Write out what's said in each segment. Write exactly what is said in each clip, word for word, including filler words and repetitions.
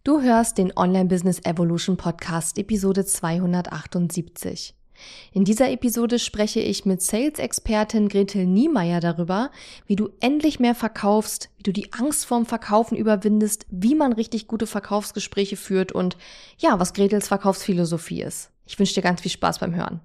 Du hörst den Online Business Evolution Podcast Episode zweihundertachtundsiebzig. In dieser Episode spreche ich mit Sales-Expertin Gretel Niemeyer darüber, wie du endlich mehr verkaufst, wie du die Angst vorm Verkaufen überwindest, wie man richtig gute Verkaufsgespräche führt und ja, was Gretels Verkaufsphilosophie ist. Ich wünsche dir ganz viel Spaß beim Hören.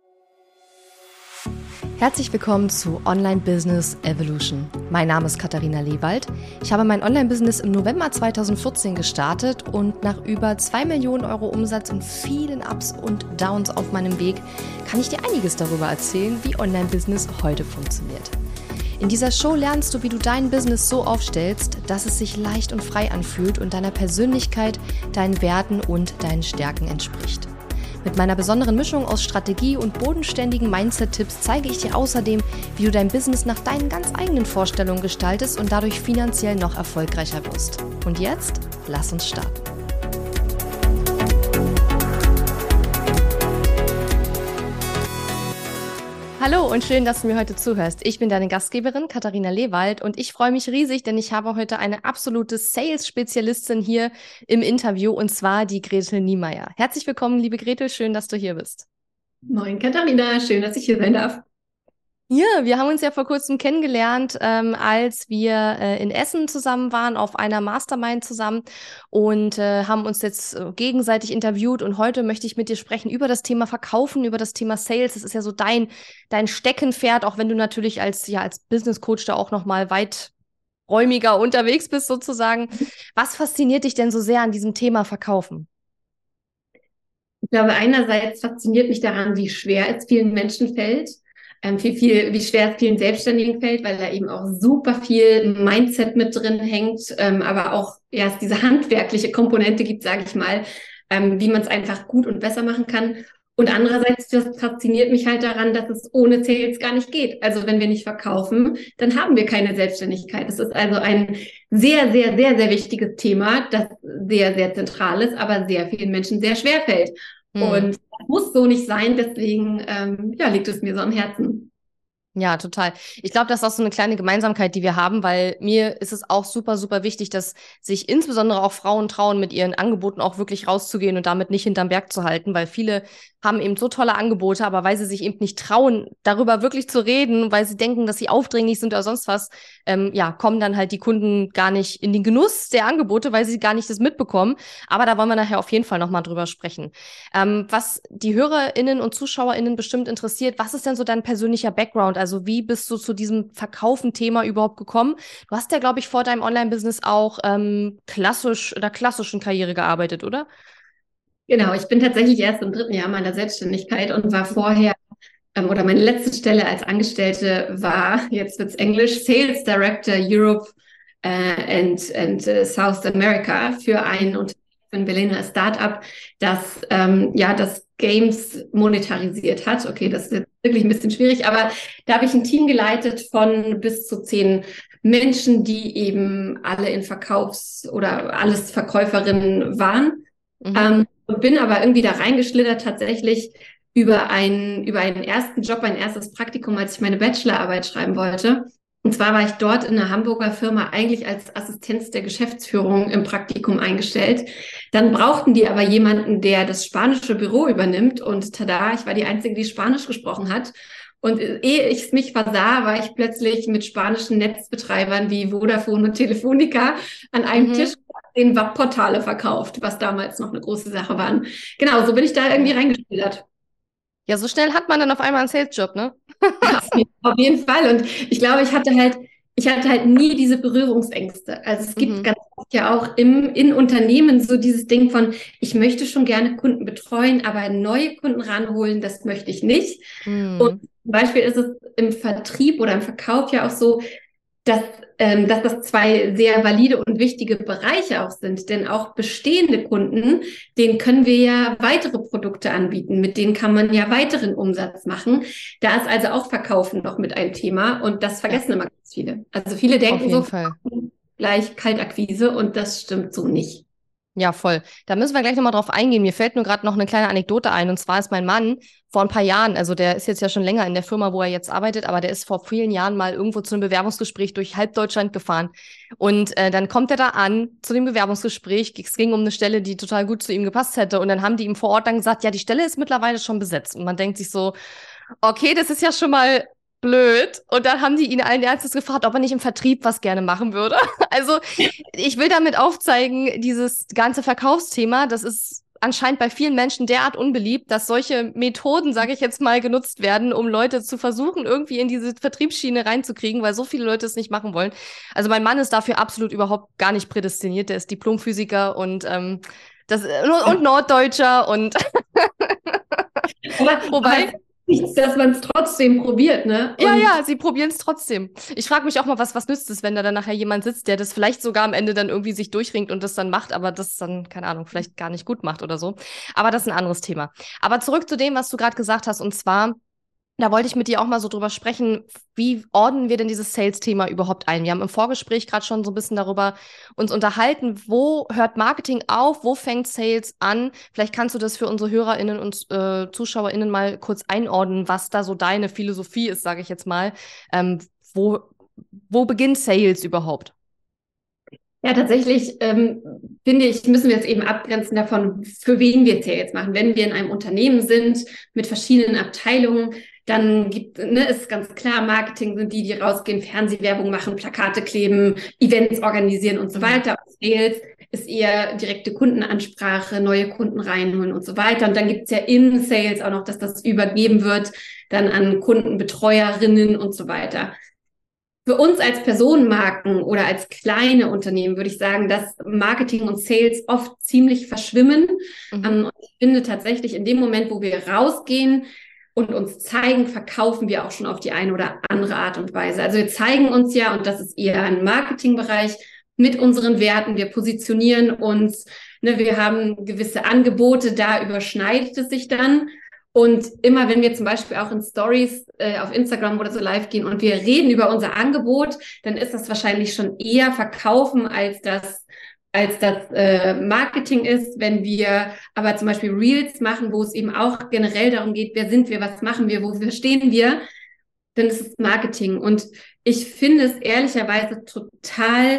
Herzlich willkommen zu Online Business Evolution. Mein Name ist Katharina Lewald. Ich habe mein Online-Business im November zweitausendvierzehn gestartet und nach über zwei Millionen Euro Umsatz und vielen Ups und Downs auf meinem Weg kann ich dir einiges darüber erzählen, wie Online-Business heute funktioniert. In dieser Show lernst du, wie du dein Business so aufstellst, dass es sich leicht und frei anfühlt und deiner Persönlichkeit, deinen Werten und deinen Stärken entspricht. Mit meiner besonderen Mischung aus Strategie und bodenständigen Mindset-Tipps zeige ich dir außerdem, wie du dein Business nach deinen ganz eigenen Vorstellungen gestaltest und dadurch finanziell noch erfolgreicher wirst. Und jetzt, lass uns starten. Hallo und schön, dass du mir heute zuhörst. Ich bin deine Gastgeberin Katharina Lewald und ich freue mich riesig, denn ich habe heute eine absolute Sales-Spezialistin hier im Interview und zwar die Gretel Niemeyer. Herzlich willkommen, liebe Gretel, schön, dass du hier bist. Moin Katharina, schön, dass ich hier sein darf. Ja, wir haben uns ja vor kurzem kennengelernt, ähm, als wir äh, in Essen zusammen waren, auf einer Mastermind zusammen und äh, haben uns jetzt äh, gegenseitig interviewt und heute möchte ich mit dir sprechen über das Thema Verkaufen, über das Thema Sales. Das ist ja so dein, dein Steckenpferd, auch wenn du natürlich als, ja, als Business Coach da auch nochmal weiträumiger unterwegs bist sozusagen. Was fasziniert dich denn so sehr an diesem Thema Verkaufen? Ich glaube, einerseits fasziniert mich daran, wie schwer es vielen Menschen fällt, ähm, wie viel, wie schwer es vielen Selbstständigen fällt, weil da eben auch super viel Mindset mit drin hängt, ähm, aber auch ja, es diese handwerkliche Komponente gibt, sage ich mal, ähm, wie man es einfach gut und besser machen kann. Und andererseits, das fasziniert mich halt daran, dass es ohne Sales gar nicht geht. Also wenn wir nicht verkaufen, dann haben wir keine Selbstständigkeit. Es ist also ein sehr, sehr, sehr, sehr wichtiges Thema, das sehr, sehr zentral ist, aber sehr vielen Menschen sehr schwer fällt. Hm. Und das muss so nicht sein, deswegen ähm, ja, liegt es mir so am Herzen. Ja, total. Ich glaube, das ist auch so eine kleine Gemeinsamkeit, die wir haben, weil mir ist es auch super, super wichtig, dass sich insbesondere auch Frauen trauen, mit ihren Angeboten auch wirklich rauszugehen und damit nicht hinterm Berg zu halten, weil viele haben eben so tolle Angebote, aber weil sie sich eben nicht trauen, darüber wirklich zu reden, weil sie denken, dass sie aufdringlich sind oder sonst was, ähm, ja, kommen dann halt die Kunden gar nicht in den Genuss der Angebote, weil sie gar nicht das mitbekommen. Aber da wollen wir nachher auf jeden Fall nochmal drüber sprechen. Ähm, was die HörerInnen und ZuschauerInnen bestimmt interessiert, was ist denn so dein persönlicher Background? Also wie bist du zu diesem Verkaufen-Thema überhaupt gekommen? Du hast ja, glaube ich, vor deinem Online-Business auch ähm, klassisch oder klassischen Karriere gearbeitet, oder? Genau, ich bin tatsächlich erst im dritten Jahr meiner Selbstständigkeit und war vorher, ähm, oder meine letzte Stelle als Angestellte war, jetzt wird's Englisch, Sales Director Europe äh, and, and uh, South America für ein Unternehmen in Berliner Startup, das ähm, ja das Games monetarisiert hat. Okay, das ist jetzt wirklich ein bisschen schwierig, aber da habe ich ein Team geleitet von bis zu zehn Menschen, die eben alle in Verkaufs- oder alles Verkäuferinnen waren. Mhm. Ähm, bin aber irgendwie da reingeschlittert tatsächlich über einen, über einen ersten Job, ein erstes Praktikum, als ich meine Bachelorarbeit schreiben wollte. Und zwar war ich dort in einer Hamburger Firma eigentlich als Assistenz der Geschäftsführung im Praktikum eingestellt. Dann brauchten die aber jemanden, der das spanische Büro übernimmt. Und tada, ich war die Einzige, die Spanisch gesprochen hat. Und ehe ich es mich versah, war ich plötzlich mit spanischen Netzbetreibern wie Vodafone und Telefonica an einem Tisch, Mhm. den Webportale verkauft, was damals noch eine große Sache waren. Genau, so bin ich da irgendwie Ja. reingeschlittert. Ja, so schnell hat man dann auf einmal einen Sales-Job, ne? Auf jeden Fall. Und ich glaube, ich hatte halt, ich hatte halt nie diese Berührungsängste. Also es gibt Mhm. ganz oft ja auch im, in Unternehmen so dieses Ding von, ich möchte schon gerne Kunden betreuen, aber neue Kunden ranholen, das möchte ich nicht. Und Mhm. zum Beispiel ist es im Vertrieb oder im Verkauf ja auch so, dass, ähm, dass das zwei sehr valide und wichtige Bereiche auch sind. Denn auch bestehende Kunden, denen können wir ja weitere Produkte anbieten, mit denen kann man ja weiteren Umsatz machen. Da ist also auch Verkaufen noch mit ein Thema und das Ja, vergessen immer ganz viele. Also viele auf denken jeden so, Fall. Verkaufen gleich Kaltakquise und das stimmt so nicht. Ja, voll. Da müssen wir gleich nochmal drauf eingehen. Mir fällt nur gerade noch eine kleine Anekdote ein. Und zwar ist mein Mann vor ein paar Jahren, also der ist jetzt ja schon länger in der Firma, wo er jetzt arbeitet, aber der ist vor vielen Jahren mal irgendwo zu einem Bewerbungsgespräch durch halb Deutschland gefahren. Und äh, dann kommt er da an zu dem Bewerbungsgespräch. Es ging um eine Stelle, die total gut zu ihm gepasst hätte. Und dann haben die ihm vor Ort dann gesagt, ja, die Stelle ist mittlerweile schon besetzt. Und man denkt sich so, okay, das ist ja schon mal blöd. Und dann haben die ihn allen Ernstes gefragt, ob er nicht im Vertrieb was gerne machen würde. Also ich will damit aufzeigen, dieses ganze Verkaufsthema, das ist anscheinend bei vielen Menschen derart unbeliebt, dass solche Methoden, sage ich jetzt mal, genutzt werden, um Leute zu versuchen, irgendwie in diese Vertriebsschiene reinzukriegen, weil so viele Leute es nicht machen wollen. Also mein Mann ist dafür absolut überhaupt gar nicht prädestiniert. Der ist Diplomphysiker und ähm, das und Norddeutscher und Aber, wobei. aber nichts, dass man es trotzdem probiert, ne? Und Ja, ja, sie probieren es trotzdem. Ich frage mich auch mal, was, was nützt es, wenn da dann nachher jemand sitzt, der das vielleicht sogar am Ende dann irgendwie sich durchringt und das dann macht, aber das dann, keine Ahnung, vielleicht gar nicht gut macht oder so. Aber das ist ein anderes Thema. Aber zurück zu dem, was du gerade gesagt hast, und zwar, da wollte ich mit dir auch mal so drüber sprechen, wie ordnen wir denn dieses Sales-Thema überhaupt ein? Wir haben im Vorgespräch gerade schon so ein bisschen darüber uns unterhalten, wo hört Marketing auf, wo fängt Sales an? Vielleicht kannst du das für unsere HörerInnen und äh, ZuschauerInnen mal kurz einordnen, was da so deine Philosophie ist, sage ich jetzt mal. Ähm, wo, wo beginnt Sales überhaupt? ja, tatsächlich ähm, finde ich, müssen wir jetzt eben abgrenzen davon, für wen wir Sales machen. Wenn wir in einem Unternehmen sind mit verschiedenen Abteilungen, dann gibt, ne, ist ganz klar, Marketing sind die, die rausgehen, Fernsehwerbung machen, Plakate kleben, Events organisieren und so weiter. Und Sales ist eher direkte Kundenansprache, neue Kunden reinholen und so weiter. Und dann gibt es ja im Sales auch noch, dass das übergeben wird, dann an Kundenbetreuerinnen und so weiter. Für uns als Personenmarken oder als kleine Unternehmen würde ich sagen, dass Marketing und Sales oft ziemlich verschwimmen. Mhm. Ähm, und ich finde tatsächlich in dem Moment, wo wir rausgehen und uns zeigen, verkaufen wir auch schon auf die eine oder andere Art und Weise. Also wir zeigen uns ja, und das ist eher ein Marketingbereich, mit unseren Werten. Wir positionieren uns, ne, wir haben gewisse Angebote, da überschneidet es sich dann. Und immer wenn wir zum Beispiel auch in Stories äh, auf Instagram oder so live gehen und wir reden über unser Angebot, dann ist das wahrscheinlich schon eher Verkaufen, als das als das äh, Marketing ist. Wenn wir aber zum Beispiel Reels machen, wo es eben auch generell darum geht, wer sind wir, was machen wir, wofür stehen wir, dann ist es Marketing. Und ich finde es ehrlicherweise total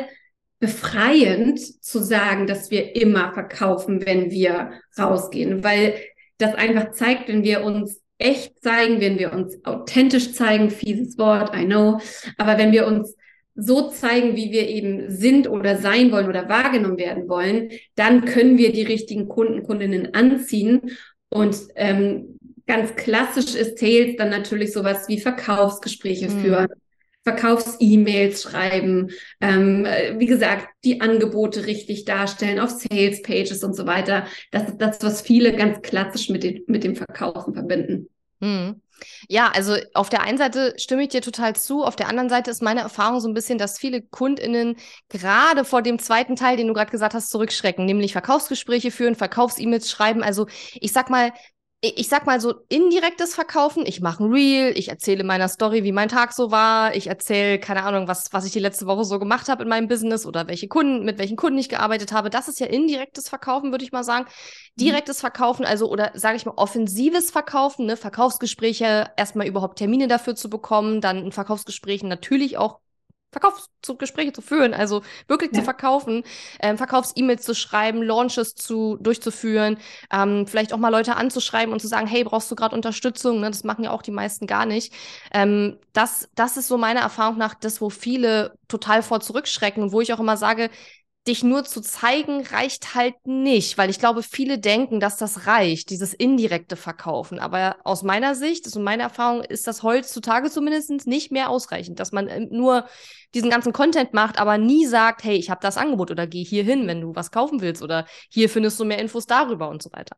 befreiend zu sagen, dass wir immer verkaufen, wenn wir rausgehen, weil das einfach zeigt, wenn wir uns echt zeigen, wenn wir uns authentisch zeigen, fieses Wort, I know, aber wenn wir uns so zeigen, wie wir eben sind oder sein wollen oder wahrgenommen werden wollen, dann können wir die richtigen Kunden, Kundinnen anziehen. Und ähm, ganz klassisch ist Sales dann natürlich sowas wie Verkaufsgespräche mhm. führen, Verkaufs-E-Mails schreiben, ähm, wie gesagt, die Angebote richtig darstellen auf Sales-Pages und so weiter. Das ist das, was viele ganz klassisch mit, den, mit dem Verkaufen verbinden. Hm. Ja, also auf der einen Seite stimme ich dir total zu, auf der anderen Seite ist meine Erfahrung so ein bisschen, dass viele KundInnen gerade vor dem zweiten Teil, den du gerade gesagt hast, zurückschrecken, nämlich Verkaufsgespräche führen, Verkaufs-E-Mails schreiben. Also ich sag mal, Ich sag mal so indirektes Verkaufen. Ich mache ein Reel, ich erzähle in meiner Story, wie mein Tag so war. Ich erzähle, keine Ahnung, was, was ich die letzte Woche so gemacht habe in meinem Business oder welche Kunden, mit welchen Kunden ich gearbeitet habe. Das ist ja indirektes Verkaufen, würde ich mal sagen. Direktes Verkaufen, also, oder sage ich mal, offensives Verkaufen, ne? Verkaufsgespräche, erstmal überhaupt Termine dafür zu bekommen, dann in Verkaufsgesprächen natürlich auch Verkaufsgespräche zu führen, also wirklich ja. zu verkaufen, ähm, Verkaufs-E-Mails zu schreiben, Launches zu durchzuführen, ähm, vielleicht auch mal Leute anzuschreiben und zu sagen, hey, brauchst du gerade Unterstützung? Ne? Das machen ja auch die meisten gar nicht. Ähm, das, das ist so meiner Erfahrung nach das, wo viele total vor zurückschrecken und wo ich auch immer sage, dich nur zu zeigen, reicht halt nicht, weil ich glaube, viele denken, dass das reicht, dieses indirekte Verkaufen. Aber aus meiner Sicht, aus meiner Erfahrung, ist das heutzutage zumindest nicht mehr ausreichend, dass man nur diesen ganzen Content macht, aber nie sagt, hey, ich habe das Angebot oder geh hier hin, wenn du was kaufen willst oder hier findest du mehr Infos darüber und so weiter.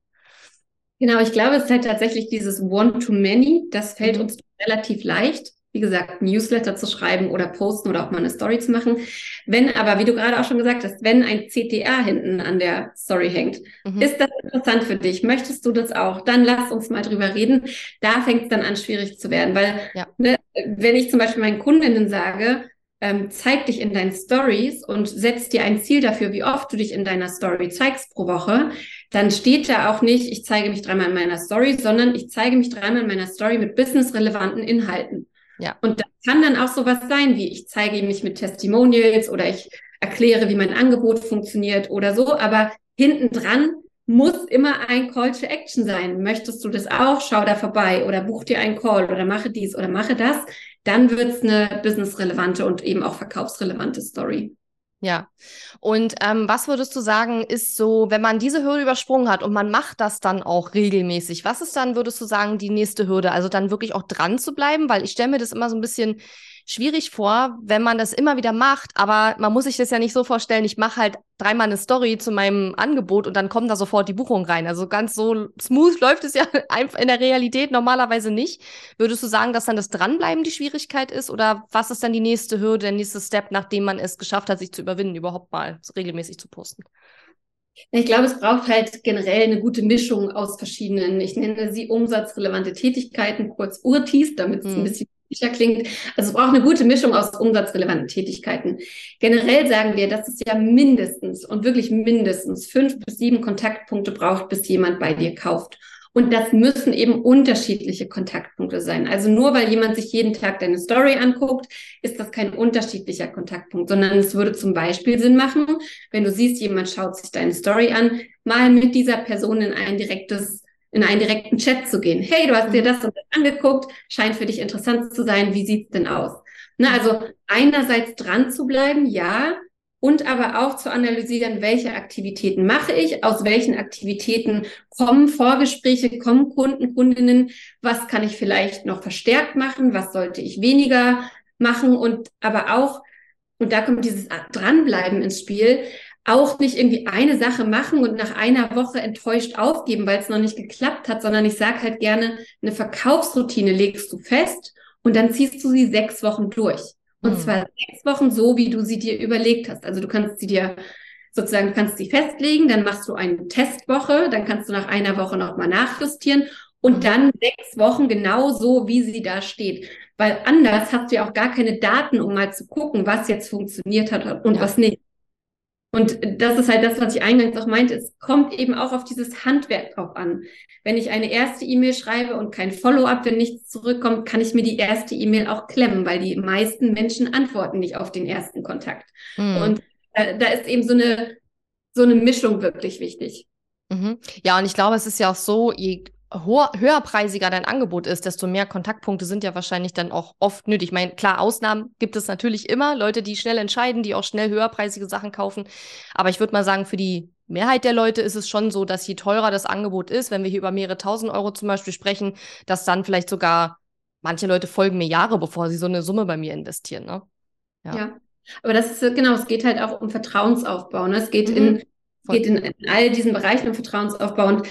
Genau, ich glaube, es ist halt tatsächlich dieses One-to-Many, das fällt mhm. uns relativ leicht. Wie gesagt, Newsletter zu schreiben oder posten oder auch mal eine Story zu machen. Wenn aber, wie du gerade auch schon gesagt hast, wenn ein C T R hinten an der Story hängt, mhm. ist das interessant für dich? Möchtest du das auch? Dann lass uns mal drüber reden. Da fängt es dann an, schwierig zu werden, weil ja. ne, wenn ich zum Beispiel meinen Kundinnen sage, ähm, zeig dich in deinen Stories und setz dir ein Ziel dafür, wie oft du dich in deiner Story zeigst pro Woche, dann steht da auch nicht, ich zeige mich dreimal in meiner Story, sondern ich zeige mich dreimal in meiner Story mit businessrelevanten Inhalten. Ja. Und das kann dann auch sowas sein, wie ich zeige mich mit Testimonials oder ich erkläre, wie mein Angebot funktioniert oder so, aber hinten dran muss immer ein Call to Action sein. Möchtest du das auch? Schau da vorbei oder buch dir einen Call oder mache dies oder mache das. Dann wird es eine businessrelevante und eben auch verkaufsrelevante Story. Ja. Und ähm, was würdest du sagen, ist so, wenn man diese Hürde übersprungen hat und man macht das dann auch regelmäßig, was ist dann, würdest du sagen, die nächste Hürde? Also dann wirklich auch dran zu bleiben, weil ich stelle mir das immer so ein bisschen schwierig vor, wenn man das immer wieder macht, aber man muss sich das ja nicht so vorstellen, ich mache halt dreimal eine Story zu meinem Angebot und dann kommt da sofort die Buchung rein. Also ganz so smooth läuft es ja einfach in der Realität normalerweise nicht. Würdest du sagen, dass dann das Dranbleiben die Schwierigkeit ist oder was ist dann die nächste Hürde, der nächste Step, nachdem man es geschafft hat, sich zu überwinden, überhaupt mal regelmäßig zu posten? Ich glaube, es braucht halt generell eine gute Mischung aus verschiedenen, ich nenne sie umsatzrelevante Tätigkeiten, kurz U R Tis, damit es hm. ein bisschen sicher klingt. Also es braucht eine gute Mischung aus umsatzrelevanten Tätigkeiten. Generell sagen wir, dass es ja mindestens und wirklich mindestens fünf bis sieben Kontaktpunkte braucht, bis jemand bei dir kauft. Und das müssen eben unterschiedliche Kontaktpunkte sein. Also nur weil jemand sich jeden Tag deine Story anguckt, ist das kein unterschiedlicher Kontaktpunkt, sondern es würde zum Beispiel Sinn machen, wenn du siehst, jemand schaut sich deine Story an, mal mit dieser Person in ein direktes, in einen direkten Chat zu gehen. Hey, du hast dir das und das angeguckt, scheint für dich interessant zu sein, wie sieht's denn aus? Ne, also einerseits dran zu bleiben, ja, und aber auch zu analysieren, welche Aktivitäten mache ich, aus welchen Aktivitäten kommen Vorgespräche, kommen Kunden, Kundinnen, was kann ich vielleicht noch verstärkt machen, was sollte ich weniger machen und aber auch, und da kommt dieses Dranbleiben ins Spiel, auch nicht irgendwie eine Sache machen und nach einer Woche enttäuscht aufgeben, weil es noch nicht geklappt hat, sondern ich sage halt gerne, eine Verkaufsroutine legst du fest und dann ziehst du sie sechs Wochen durch. Und hm. zwar sechs Wochen so, wie du sie dir überlegt hast. Also du kannst sie dir sozusagen, du kannst sie festlegen, dann machst du eine Testwoche, dann kannst du nach einer Woche nochmal nachjustieren und hm. dann sechs Wochen genau so, wie sie da steht. Weil anders hast du ja auch gar keine Daten, um mal zu gucken, was jetzt funktioniert hat und ja. was nicht. Und das ist halt das, was ich eingangs auch meinte, es kommt eben auch auf dieses Handwerk drauf an. Wenn ich eine erste E-Mail schreibe und kein Follow-up, wenn nichts zurückkommt, kann ich mir die erste E-Mail auch klemmen, weil die meisten Menschen antworten nicht auf den ersten Kontakt. Mhm. Und äh, da ist eben so eine, so eine Mischung wirklich wichtig. Mhm. Ja, und ich glaube, es ist ja auch so, je Hoher, höherpreisiger dein Angebot ist, desto mehr Kontaktpunkte sind ja wahrscheinlich dann auch oft nötig. Ich meine, klar, Ausnahmen gibt es natürlich immer, Leute, die schnell entscheiden, die auch schnell höherpreisige Sachen kaufen. Aber ich würde mal sagen, für die Mehrheit der Leute ist es schon so, dass je teurer das Angebot ist, wenn wir hier über mehrere tausend Euro zum Beispiel sprechen, dass dann vielleicht sogar manche Leute folgen mir Jahre, bevor sie so eine Summe bei mir investieren. Ne? Ja. ja, aber das ist genau, es geht halt auch um Vertrauensaufbau. Ne? Es geht, mhm. in, geht in, in all diesen Bereichen um Vertrauensaufbau und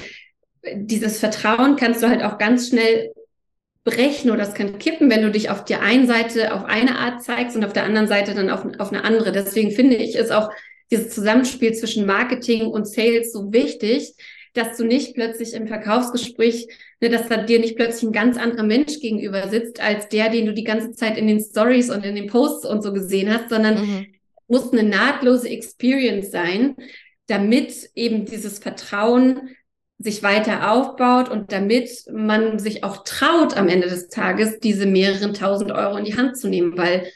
dieses Vertrauen kannst du halt auch ganz schnell brechen oder das kann kippen, wenn du dich auf der einen Seite auf eine Art zeigst und auf der anderen Seite dann auf, auf eine andere. Deswegen finde ich, ist auch dieses Zusammenspiel zwischen Marketing und Sales so wichtig, dass du nicht plötzlich im Verkaufsgespräch, ne, dass da dir nicht plötzlich ein ganz anderer Mensch gegenüber sitzt, als der, den du die ganze Zeit in den Stories und in den Posts und so gesehen hast, sondern mhm. muss eine nahtlose Experience sein, damit eben dieses Vertrauen sich weiter aufbaut und damit man sich auch traut, am Ende des Tages diese mehreren tausend Euro in die Hand zu nehmen, weil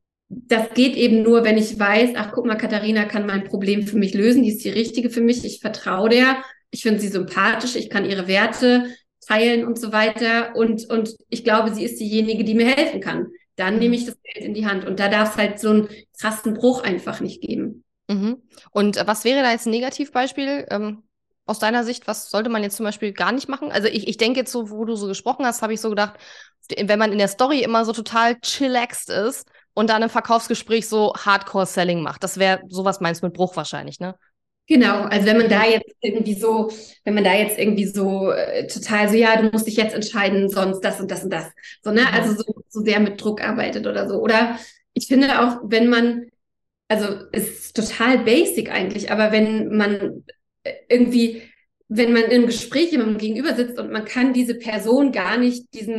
das geht eben nur, wenn ich weiß, ach guck mal, Katharina kann mein Problem für mich lösen, die ist die richtige für mich, ich vertraue der, ich finde sie sympathisch, ich kann ihre Werte teilen und so weiter und, und ich glaube, sie ist diejenige, die mir helfen kann. Dann nehme ich das Geld in die Hand und da darf es halt so einen krassen Bruch einfach nicht geben. Mhm. Und was wäre da jetzt ein Negativbeispiel? Ähm Aus deiner Sicht, was sollte man jetzt zum Beispiel gar nicht machen? Also ich, ich denke jetzt so, wo du so gesprochen hast, habe ich so gedacht, wenn man in der Story immer so total chillaxed ist und dann im Verkaufsgespräch so Hardcore-Selling macht, das wäre, sowas meinst du mit Bruch wahrscheinlich, ne? Genau, also wenn man da jetzt irgendwie so, wenn man da jetzt irgendwie so äh, total so, ja, du musst dich jetzt entscheiden, sonst das und das und das, so, ne? Mhm. Also so, so sehr mit Druck arbeitet oder so. Oder ich finde auch, wenn man, also es ist total basic eigentlich, aber wenn man irgendwie, wenn man im Gespräch jemandem gegenüber sitzt und man kann diese Person gar nicht diesen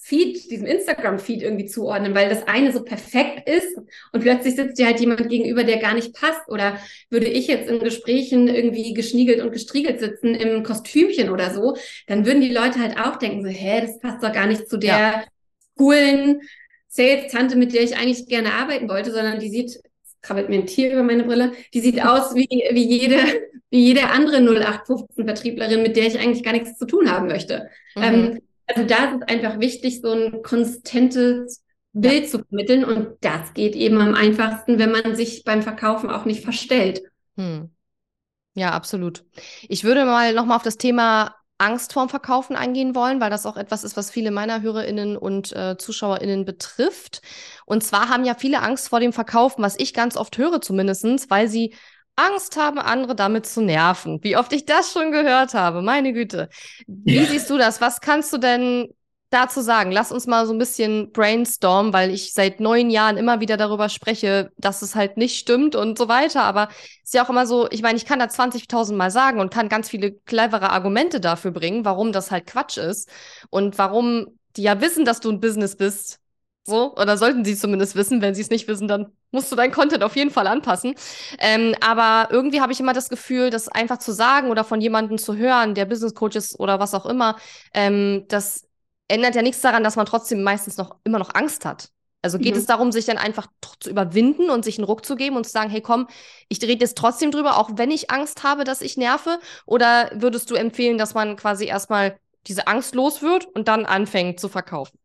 Feed, diesem Instagram-Feed irgendwie zuordnen, weil das eine so perfekt ist und plötzlich sitzt dir halt jemand gegenüber, der gar nicht passt. Oder würde ich jetzt in Gesprächen irgendwie geschniegelt und gestriegelt sitzen im Kostümchen oder so, dann würden die Leute halt auch denken so, hä, das passt doch gar nicht zu der Ja. coolen Sales-Tante, mit der ich eigentlich gerne arbeiten wollte, sondern die sieht, krabbelt mir ein Tier über meine Brille, die sieht aus wie, wie jede, wie jede andere null acht fünfzehn Vertrieblerin, mit der ich eigentlich gar nichts zu tun haben möchte. Mhm. Ähm, also da ist es einfach wichtig, so ein konsistentes Bild ja. zu vermitteln. Und das geht eben am einfachsten, wenn man sich beim Verkaufen auch nicht verstellt. Hm. Ja, absolut. Ich würde mal nochmal auf das Thema Angst vorm Verkaufen eingehen wollen, weil das auch etwas ist, was viele meiner HörerInnen und äh, ZuschauerInnen betrifft. Und zwar haben ja viele Angst vor dem Verkaufen, was ich ganz oft höre zumindest, weil sie Angst haben, andere damit zu nerven. Wie oft ich das schon gehört habe, meine Güte. Wie ja. siehst du das? Was kannst du denn dazu sagen? Lass uns mal so ein bisschen brainstormen, weil ich seit neun Jahren immer wieder darüber spreche, dass es halt nicht stimmt und so weiter. Aber es ist ja auch immer so, ich meine, ich kann da zwanzigtausend Mal sagen und kann ganz viele clevere Argumente dafür bringen, warum das halt Quatsch ist und warum die ja wissen, dass du ein Business bist. So, oder sollten sie es zumindest wissen. Wenn sie es nicht wissen, dann musst du deinen Content auf jeden Fall anpassen. Ähm, aber irgendwie habe ich immer das Gefühl, das einfach zu sagen oder von jemandem zu hören, der Business Coach ist oder was auch immer, ähm, das ändert ja nichts daran, dass man trotzdem meistens noch immer noch Angst hat. Also geht mhm. es darum, sich dann einfach zu überwinden und sich einen Ruck zu geben und zu sagen, hey komm, ich rede jetzt trotzdem drüber, auch wenn ich Angst habe, dass ich nerve? Oder würdest du empfehlen, dass man quasi erstmal diese Angst los wird und dann anfängt zu verkaufen?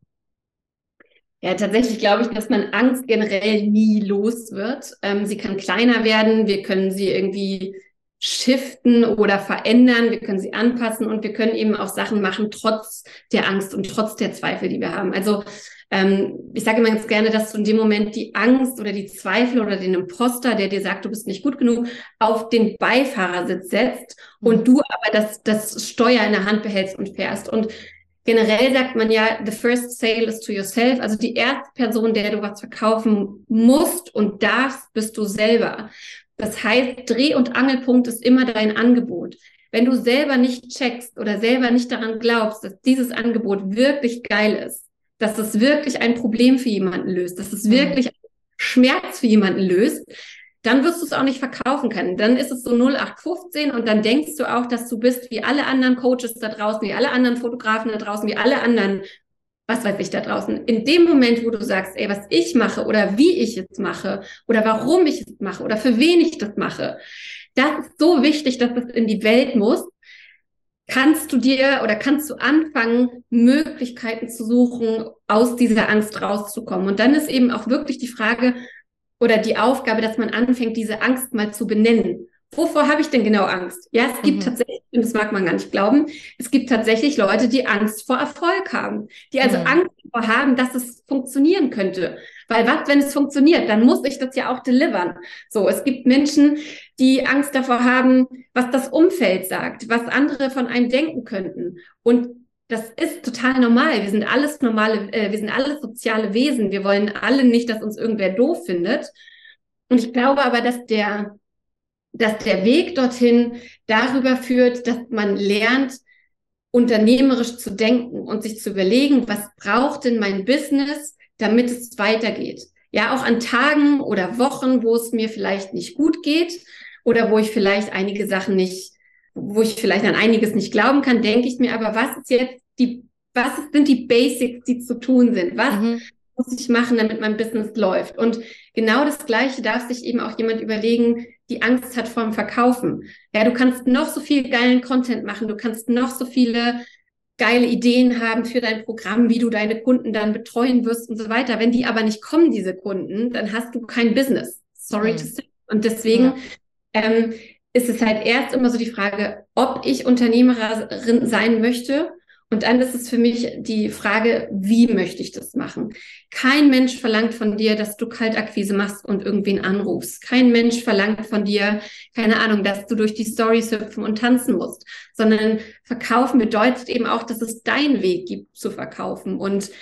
Ja, tatsächlich glaube ich, dass man Angst generell nie los wird. Ähm, sie kann kleiner werden, wir können sie irgendwie shiften oder verändern, wir können sie anpassen und wir können eben auch Sachen machen, trotz der Angst und trotz der Zweifel, die wir haben. Also ähm, ich sage immer ganz gerne, dass du in dem Moment die Angst oder die Zweifel oder den Imposter, der dir sagt, du bist nicht gut genug, auf den Beifahrersitz setzt mhm. und du aber das, das Steuer in der Hand behältst und fährst. Und generell sagt man ja, the first sale is to yourself. Also die erste Person, der du was verkaufen musst und darfst, bist du selber. Das heißt, Dreh- und Angelpunkt ist immer dein Angebot. Wenn du selber nicht checkst oder selber nicht daran glaubst, dass dieses Angebot wirklich geil ist, dass es wirklich ein Problem für jemanden löst, dass es mhm. wirklich einen Schmerz für jemanden löst, dann wirst du es auch nicht verkaufen können. Dann ist es so null acht fünfzehn und dann denkst du auch, dass du bist wie alle anderen Coaches da draußen, wie alle anderen Fotografen da draußen, wie alle anderen, was weiß ich da draußen. In dem Moment, wo du sagst, ey, was ich mache oder wie ich es mache oder warum ich es mache oder für wen ich das mache, das ist so wichtig, dass es in die Welt muss, kannst du dir oder kannst du anfangen, Möglichkeiten zu suchen, aus dieser Angst rauszukommen. Und dann ist eben auch wirklich die Frage, oder die Aufgabe, dass man anfängt, diese Angst mal zu benennen. Wovor habe ich denn genau Angst? Ja, es gibt mhm. tatsächlich, und das mag man gar nicht glauben, es gibt tatsächlich Leute, die Angst vor Erfolg haben, die also mhm. Angst davor haben, dass es funktionieren könnte. Weil was, wenn es funktioniert, dann muss ich das ja auch delivern. So, es gibt Menschen, die Angst davor haben, was das Umfeld sagt, was andere von einem denken könnten. Und das ist total normal. Wir sind alles normale, äh, wir sind alles soziale Wesen. Wir wollen alle nicht, dass uns irgendwer doof findet. Und ich glaube aber, dass der, dass der Weg dorthin darüber führt, dass man lernt, unternehmerisch zu denken und sich zu überlegen, was braucht denn mein Business, damit es weitergeht. Ja, auch an Tagen oder Wochen, wo es mir vielleicht nicht gut geht oder wo ich vielleicht einige Sachen nicht wo ich vielleicht an einiges nicht glauben kann, denke ich mir, aber was ist jetzt die, was sind die Basics, die zu tun sind? Was mhm. muss ich machen, damit mein Business läuft? Und genau das Gleiche darf sich eben auch jemand überlegen, die Angst hat vor dem Verkaufen. Ja, du kannst noch so viel geilen Content machen, du kannst noch so viele geile Ideen haben für dein Programm, wie du deine Kunden dann betreuen wirst und so weiter. Wenn die aber nicht kommen, diese Kunden, dann hast du kein Business. Sorry mhm. to say. Und deswegen, ja. ähm, ist es halt erst immer so die Frage, ob ich Unternehmerin sein möchte. Und dann ist es für mich die Frage, wie möchte ich das machen? Kein Mensch verlangt von dir, dass du Kaltakquise machst und irgendwen anrufst. Kein Mensch verlangt von dir, keine Ahnung, dass du durch die Storys hüpfen und tanzen musst. Sondern verkaufen bedeutet eben auch, dass es deinen Weg gibt zu verkaufen. Und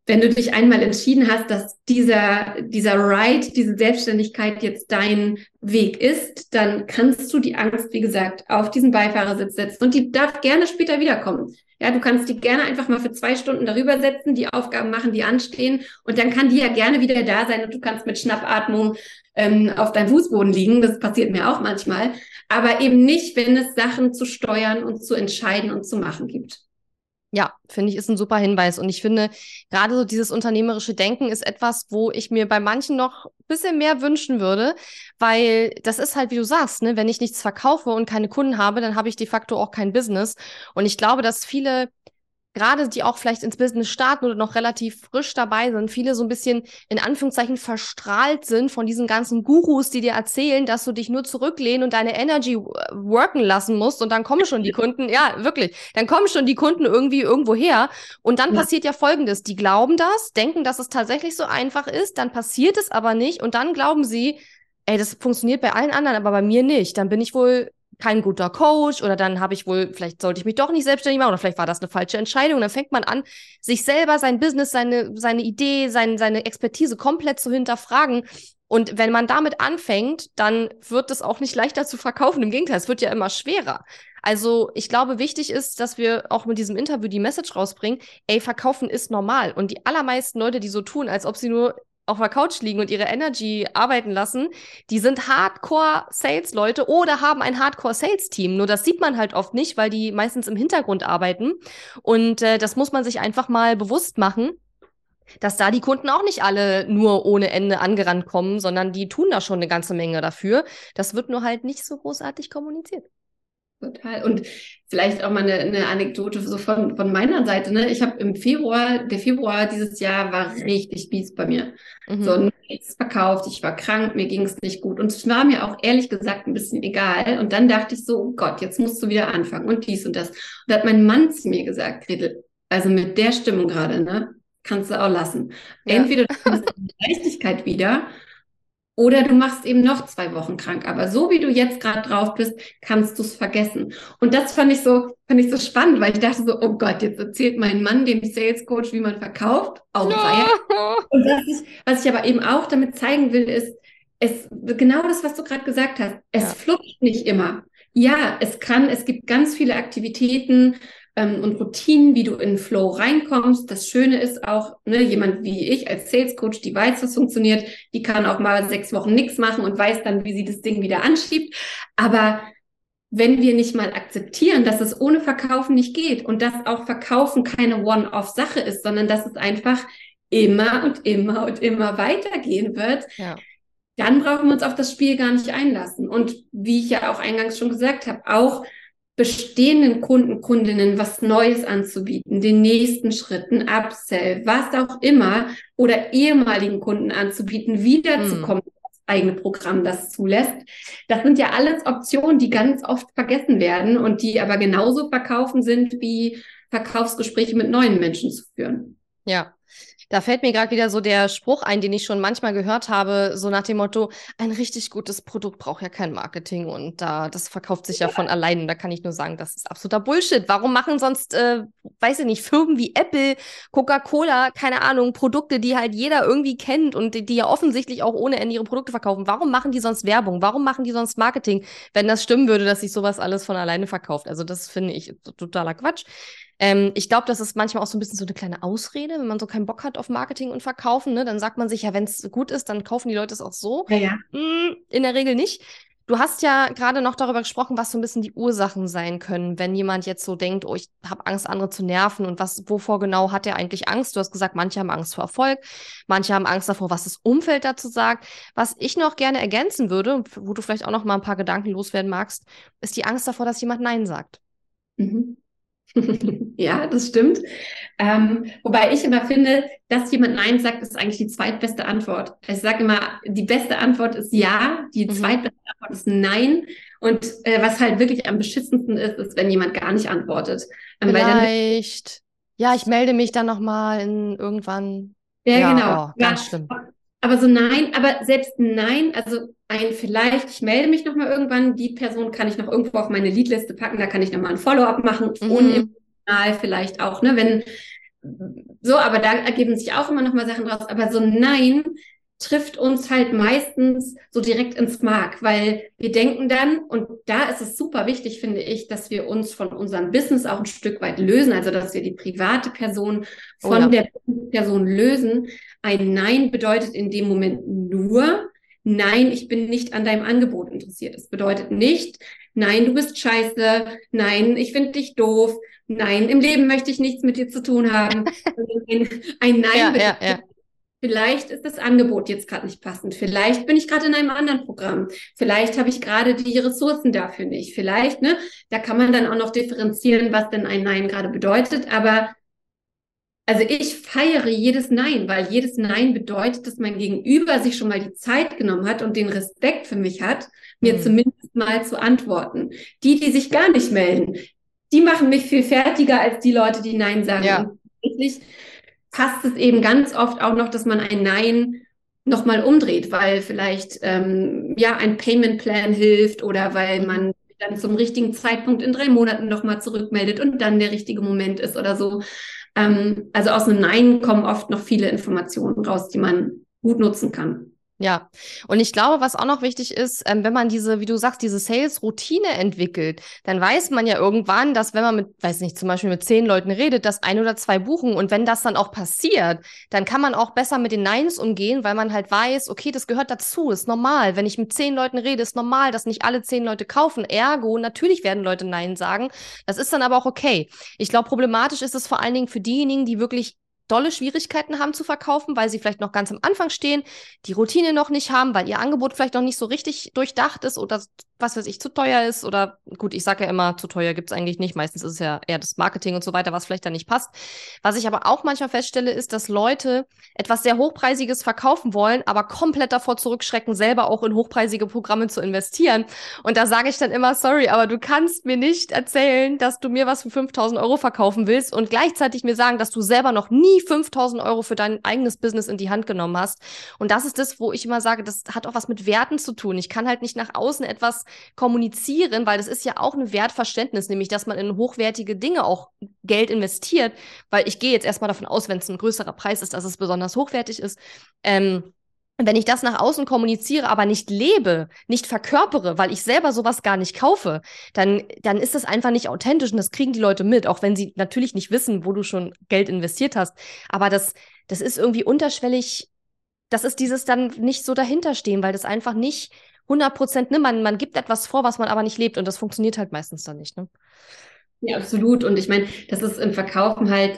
wenn du dich einmal entschieden hast, dass dieser, dieser Ride, diese Selbstständigkeit jetzt dein Weg ist, dann kannst du die Angst, wie gesagt, auf diesen Beifahrersitz setzen und die darf gerne später wiederkommen. Ja, du kannst die gerne einfach mal für zwei Stunden darüber setzen, die Aufgaben machen, die anstehen und dann kann die ja gerne wieder da sein und du kannst mit Schnappatmung ähm, auf deinem Fußboden liegen. Das passiert mir auch manchmal, aber eben nicht, wenn es Sachen zu steuern und zu entscheiden und zu machen gibt. Ja, finde ich, ist ein super Hinweis. Und ich finde, gerade so dieses unternehmerische Denken ist etwas, wo ich mir bei manchen noch ein bisschen mehr wünschen würde, weil das ist halt, wie du sagst, ne, wenn ich nichts verkaufe und keine Kunden habe, dann habe ich de facto auch kein Business. Und ich glaube, dass viele, gerade die auch vielleicht ins Business starten oder noch relativ frisch dabei sind, viele so ein bisschen in Anführungszeichen verstrahlt sind von diesen ganzen Gurus, die dir erzählen, dass du dich nur zurücklehnen und deine Energy worken lassen musst und dann kommen schon die Kunden, ja, wirklich, dann kommen schon die Kunden irgendwie irgendwo her und dann ja. passiert ja Folgendes, die glauben das, denken, dass es tatsächlich so einfach ist, dann passiert es aber nicht und dann glauben sie, ey, das funktioniert bei allen anderen, aber bei mir nicht, dann bin ich wohl kein guter Coach oder dann habe ich wohl, vielleicht sollte ich mich doch nicht selbstständig machen oder vielleicht war das eine falsche Entscheidung. Und dann fängt man an, sich selber, sein Business, seine, seine Idee, sein, seine Expertise komplett zu hinterfragen. Und wenn man damit anfängt, dann wird es auch nicht leichter zu verkaufen. Im Gegenteil, es wird ja immer schwerer. Also ich glaube, wichtig ist, dass wir auch mit diesem Interview die Message rausbringen, ey, verkaufen ist normal. Und die allermeisten Leute, die so tun, als ob sie nur auf der Couch liegen und ihre Energy arbeiten lassen, die sind Hardcore-Sales-Leute oder haben ein Hardcore-Sales-Team. Nur das sieht man halt oft nicht, weil die meistens im Hintergrund arbeiten. Und äh, das muss man sich einfach mal bewusst machen, dass da die Kunden auch nicht alle nur ohne Ende angerannt kommen, sondern die tun da schon eine ganze Menge dafür. Das wird nur halt nicht so großartig kommuniziert. Total. Und vielleicht auch mal eine, eine Anekdote so von, von meiner Seite. Ne? Ich habe im Februar, der Februar dieses Jahr war richtig mies bei mir. Mhm. So nichts verkauft, ich war krank, mir ging es nicht gut. Und es war mir auch ehrlich gesagt ein bisschen egal. Und dann dachte ich so, oh Gott, jetzt musst du wieder anfangen und dies und das. Und da hat mein Mann zu mir gesagt, Gretel, also mit der Stimmung gerade, ne, kannst du auch lassen. Ja. Entweder du hast die Leichtigkeit wieder, oder du machst eben noch zwei Wochen krank. Aber so wie du jetzt gerade drauf bist, kannst du es vergessen. Und das fand ich so, fand ich so spannend, weil ich dachte so, oh Gott, jetzt erzählt mein Mann dem Sales Coach, wie man verkauft. Auch no. Und was ich, was ich aber eben auch damit zeigen will, ist, es, genau das, was du gerade gesagt hast. Es ja. flutscht nicht immer. Ja, es kann, es gibt ganz viele Aktivitäten, und Routinen, wie du in den Flow reinkommst. Das Schöne ist auch, ne, jemand wie ich als Sales Coach, die weiß, was funktioniert, die kann auch mal sechs Wochen nichts machen und weiß dann, wie sie das Ding wieder anschiebt. Aber wenn wir nicht mal akzeptieren, dass es ohne Verkaufen nicht geht und dass auch Verkaufen keine One-Off-Sache ist, sondern dass es einfach immer und immer und immer weitergehen wird, ja. dann brauchen wir uns auf das Spiel gar nicht einlassen. Und wie ich ja auch eingangs schon gesagt habe, auch bestehenden Kunden, Kundinnen was Neues anzubieten, den nächsten Schritt, ein Upsell, was auch immer, oder ehemaligen Kunden anzubieten, wiederzukommen, hm. das eigene Programm das zulässt. Das sind ja alles Optionen, die ganz oft vergessen werden und die aber genauso verkaufen sind, wie Verkaufsgespräche mit neuen Menschen zu führen. Ja. Da fällt mir gerade wieder so der Spruch ein, den ich schon manchmal gehört habe, so nach dem Motto, ein richtig gutes Produkt braucht ja kein Marketing und da das verkauft sich ja von allein. Und da kann ich nur sagen, das ist absoluter Bullshit. Warum machen sonst, äh, weiß ich nicht, Firmen wie Apple, Coca-Cola, keine Ahnung, Produkte, die halt jeder irgendwie kennt und die, die ja offensichtlich auch ohne Ende ihre Produkte verkaufen. Warum machen die sonst Werbung? Warum machen die sonst Marketing, wenn das stimmen würde, dass sich sowas alles von alleine verkauft? Also das finde ich totaler Quatsch. Ähm, ich glaube, das ist manchmal auch so ein bisschen so eine kleine Ausrede, wenn man so keinen Bock hat auf Marketing und Verkaufen, ne? Dann sagt man sich, ja, wenn es gut ist, dann kaufen die Leute es auch so. Ja, ja. Mm, in der Regel nicht. Du hast ja gerade noch darüber gesprochen, was so ein bisschen die Ursachen sein können, wenn jemand jetzt so denkt, oh, ich habe Angst, andere zu nerven und was, wovor genau hat er eigentlich Angst? Du hast gesagt, manche haben Angst vor Erfolg, manche haben Angst davor, was das Umfeld dazu sagt. Was ich noch gerne ergänzen würde, wo du vielleicht auch noch mal ein paar Gedanken loswerden magst, ist die Angst davor, dass jemand Nein sagt. Mhm. Ja, das stimmt. Ähm, wobei ich immer finde, dass jemand Nein sagt, ist eigentlich die zweitbeste Antwort. Ich sage immer, die beste Antwort ist Ja, die mhm. zweitbeste Antwort ist Nein. Und äh, was halt wirklich am beschissensten ist, ist, wenn jemand gar nicht antwortet. Ähm, Vielleicht. Weil dann, ja, ich melde mich dann nochmal irgendwann. Ja, ja genau. Oh, ganz ja, schlimm. Aber so Nein, aber selbst Nein, also ein vielleicht, ich melde mich nochmal irgendwann, die Person kann ich noch irgendwo auf meine Leadliste packen, da kann ich nochmal ein Follow-up machen, mhm. unemotional vielleicht auch, ne, wenn, so, aber da ergeben sich auch immer noch mal Sachen draus. Aber so ein Nein trifft uns halt meistens so direkt ins Mark, weil wir denken dann, und da ist es super wichtig, finde ich, dass wir uns von unserem Business auch ein Stück weit lösen, also dass wir die private Person von oh ja. der Person lösen. Ein Nein bedeutet in dem Moment nur, nein, ich bin nicht an deinem Angebot interessiert. Es bedeutet nicht, nein, du bist scheiße, nein, ich finde dich doof, nein, im Leben möchte ich nichts mit dir zu tun haben. ein, ein Nein ja, bedeutet, ja, ja. vielleicht ist das Angebot jetzt gerade nicht passend. Vielleicht bin ich gerade in einem anderen Programm. Vielleicht habe ich gerade die Ressourcen dafür nicht. Vielleicht, ne, da kann man dann auch noch differenzieren, was denn ein Nein gerade bedeutet. Aber also ich feiere jedes Nein, weil jedes Nein bedeutet, dass mein Gegenüber sich schon mal die Zeit genommen hat und den Respekt für mich hat, mir mhm. zumindest mal zu antworten. Die, die sich gar nicht melden, die machen mich viel fertiger als die Leute, die Nein sagen. Ja. Und tatsächlich passt es eben ganz oft auch noch, dass man ein Nein nochmal umdreht, weil vielleicht ähm, ja ein Payment Plan hilft oder weil man dann zum richtigen Zeitpunkt in drei Monaten nochmal zurückmeldet und dann der richtige Moment ist oder so. Ähm, also aus einem Nein kommen oft noch viele Informationen raus, die man gut nutzen kann. Ja, und ich glaube, was auch noch wichtig ist, ähm, wenn man diese, wie du sagst, diese Sales-Routine entwickelt, dann weiß man ja irgendwann, dass wenn man mit, weiß nicht, zum Beispiel mit zehn Leuten redet, dass ein oder zwei buchen und wenn das dann auch passiert, dann kann man auch besser mit den Neins umgehen, weil man halt weiß, okay, das gehört dazu, ist normal. Wenn ich mit zehn Leuten rede, ist normal, dass nicht alle zehn Leute kaufen. Ergo, natürlich werden Leute Nein sagen. Das ist dann aber auch okay. Ich glaube, problematisch ist es vor allen Dingen für diejenigen, die wirklich dolle Schwierigkeiten haben zu verkaufen, weil sie vielleicht noch ganz am Anfang stehen, die Routine noch nicht haben, weil ihr Angebot vielleicht noch nicht so richtig durchdacht ist oder was weiß ich, zu teuer ist oder gut, ich sage ja immer, zu teuer gibt's eigentlich nicht. Meistens ist es ja eher das Marketing und so weiter, was vielleicht da nicht passt. Was ich aber auch manchmal feststelle, ist, dass Leute etwas sehr Hochpreisiges verkaufen wollen, aber komplett davor zurückschrecken, selber auch in hochpreisige Programme zu investieren. Und da sage ich dann immer, sorry, aber du kannst mir nicht erzählen, dass du mir was für fünftausend Euro verkaufen willst und gleichzeitig mir sagen, dass du selber noch nie fünftausend Euro für dein eigenes Business in die Hand genommen hast. Und das ist das, wo ich immer sage, das hat auch was mit Werten zu tun. Ich kann halt nicht nach außen etwas kommunizieren, weil das ist ja auch ein Wertverständnis, nämlich, dass man in hochwertige Dinge auch Geld investiert, weil ich gehe jetzt erstmal davon aus, wenn es ein größerer Preis ist, dass es besonders hochwertig ist. Ähm, wenn ich das nach außen kommuniziere, aber nicht lebe, nicht verkörpere, weil ich selber sowas gar nicht kaufe, dann, dann ist das einfach nicht authentisch und das kriegen die Leute mit, auch wenn sie natürlich nicht wissen, wo du schon Geld investiert hast. Aber das, das ist irgendwie unterschwellig, das ist dieses dann nicht so dahinterstehen, weil das einfach nicht hundert Prozent, ne, man, man gibt etwas vor, was man aber nicht lebt und das funktioniert halt meistens dann nicht, ne? Ja, absolut. Und ich meine, das ist im Verkaufen halt,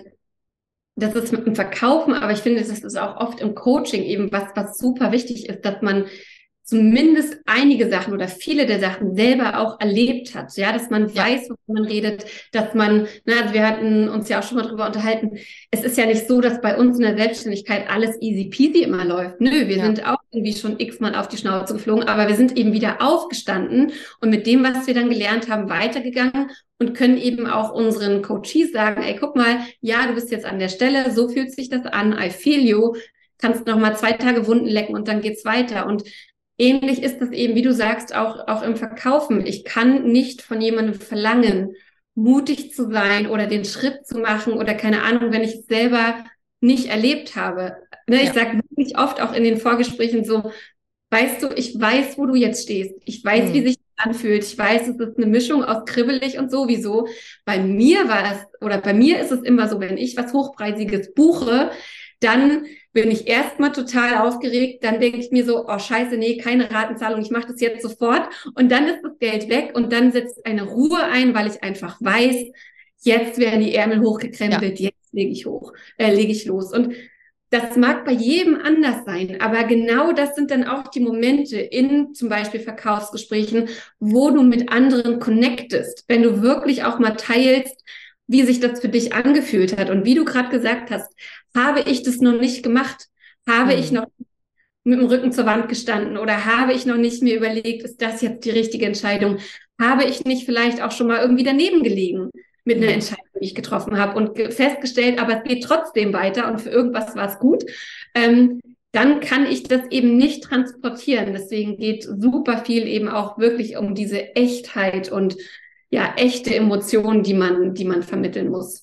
das ist im Verkaufen, aber ich finde, das ist auch oft im Coaching eben was, was super wichtig ist, dass man zumindest einige Sachen oder viele der Sachen selber auch erlebt hat, ja, dass man ja. weiß, wovon man redet, dass man, na, also wir hatten uns ja auch schon mal drüber unterhalten, es ist ja nicht so, dass bei uns in der Selbstständigkeit alles easy peasy immer läuft. Nö, wir ja. sind auch irgendwie schon x-mal auf die Schnauze geflogen, aber wir sind eben wieder aufgestanden und mit dem, was wir dann gelernt haben, weitergegangen und können eben auch unseren Coaches sagen, ey, guck mal, ja, du bist jetzt an der Stelle, so fühlt sich das an, I feel you, kannst noch mal zwei Tage Wunden lecken und dann geht's weiter. Und ähnlich ist das eben, wie du sagst, auch, auch im Verkaufen. Ich kann nicht von jemandem verlangen, mutig zu sein oder den Schritt zu machen oder keine Ahnung, wenn ich es selber nicht erlebt habe. Ne, ja. Ich sage wirklich oft auch in den Vorgesprächen so, weißt du, ich weiß, wo du jetzt stehst. Ich weiß, mhm. wie sich das anfühlt. Ich weiß, es ist eine Mischung aus kribbelig und sowieso. Bei mir war es, oder bei mir ist es immer so, wenn ich was Hochpreisiges buche, dann bin ich erstmal total aufgeregt, dann denke ich mir so, oh scheiße, nee, keine Ratenzahlung, ich mache das jetzt sofort und dann ist das Geld weg und dann setzt eine Ruhe ein, weil ich einfach weiß, jetzt werden die Ärmel hochgekrempelt, ja. jetzt lege ich hoch, äh, lege ich los und das mag bei jedem anders sein, aber genau das sind dann auch die Momente in zum Beispiel Verkaufsgesprächen, wo du mit anderen connectest, wenn du wirklich auch mal teilst, wie sich das für dich angefühlt hat. Und wie du gerade gesagt hast, habe ich das noch nicht gemacht? Habe mhm. ich noch mit dem Rücken zur Wand gestanden oder habe ich noch nicht mir überlegt, ist das jetzt die richtige Entscheidung? Habe ich nicht vielleicht auch schon mal irgendwie daneben gelegen mit einer Entscheidung, die ich getroffen habe und festgestellt, aber es geht trotzdem weiter und für irgendwas war es gut. Ähm, dann kann ich das eben nicht transportieren. Deswegen geht super viel eben auch wirklich um diese Echtheit und ja, echte Emotionen, die man, die man vermitteln muss.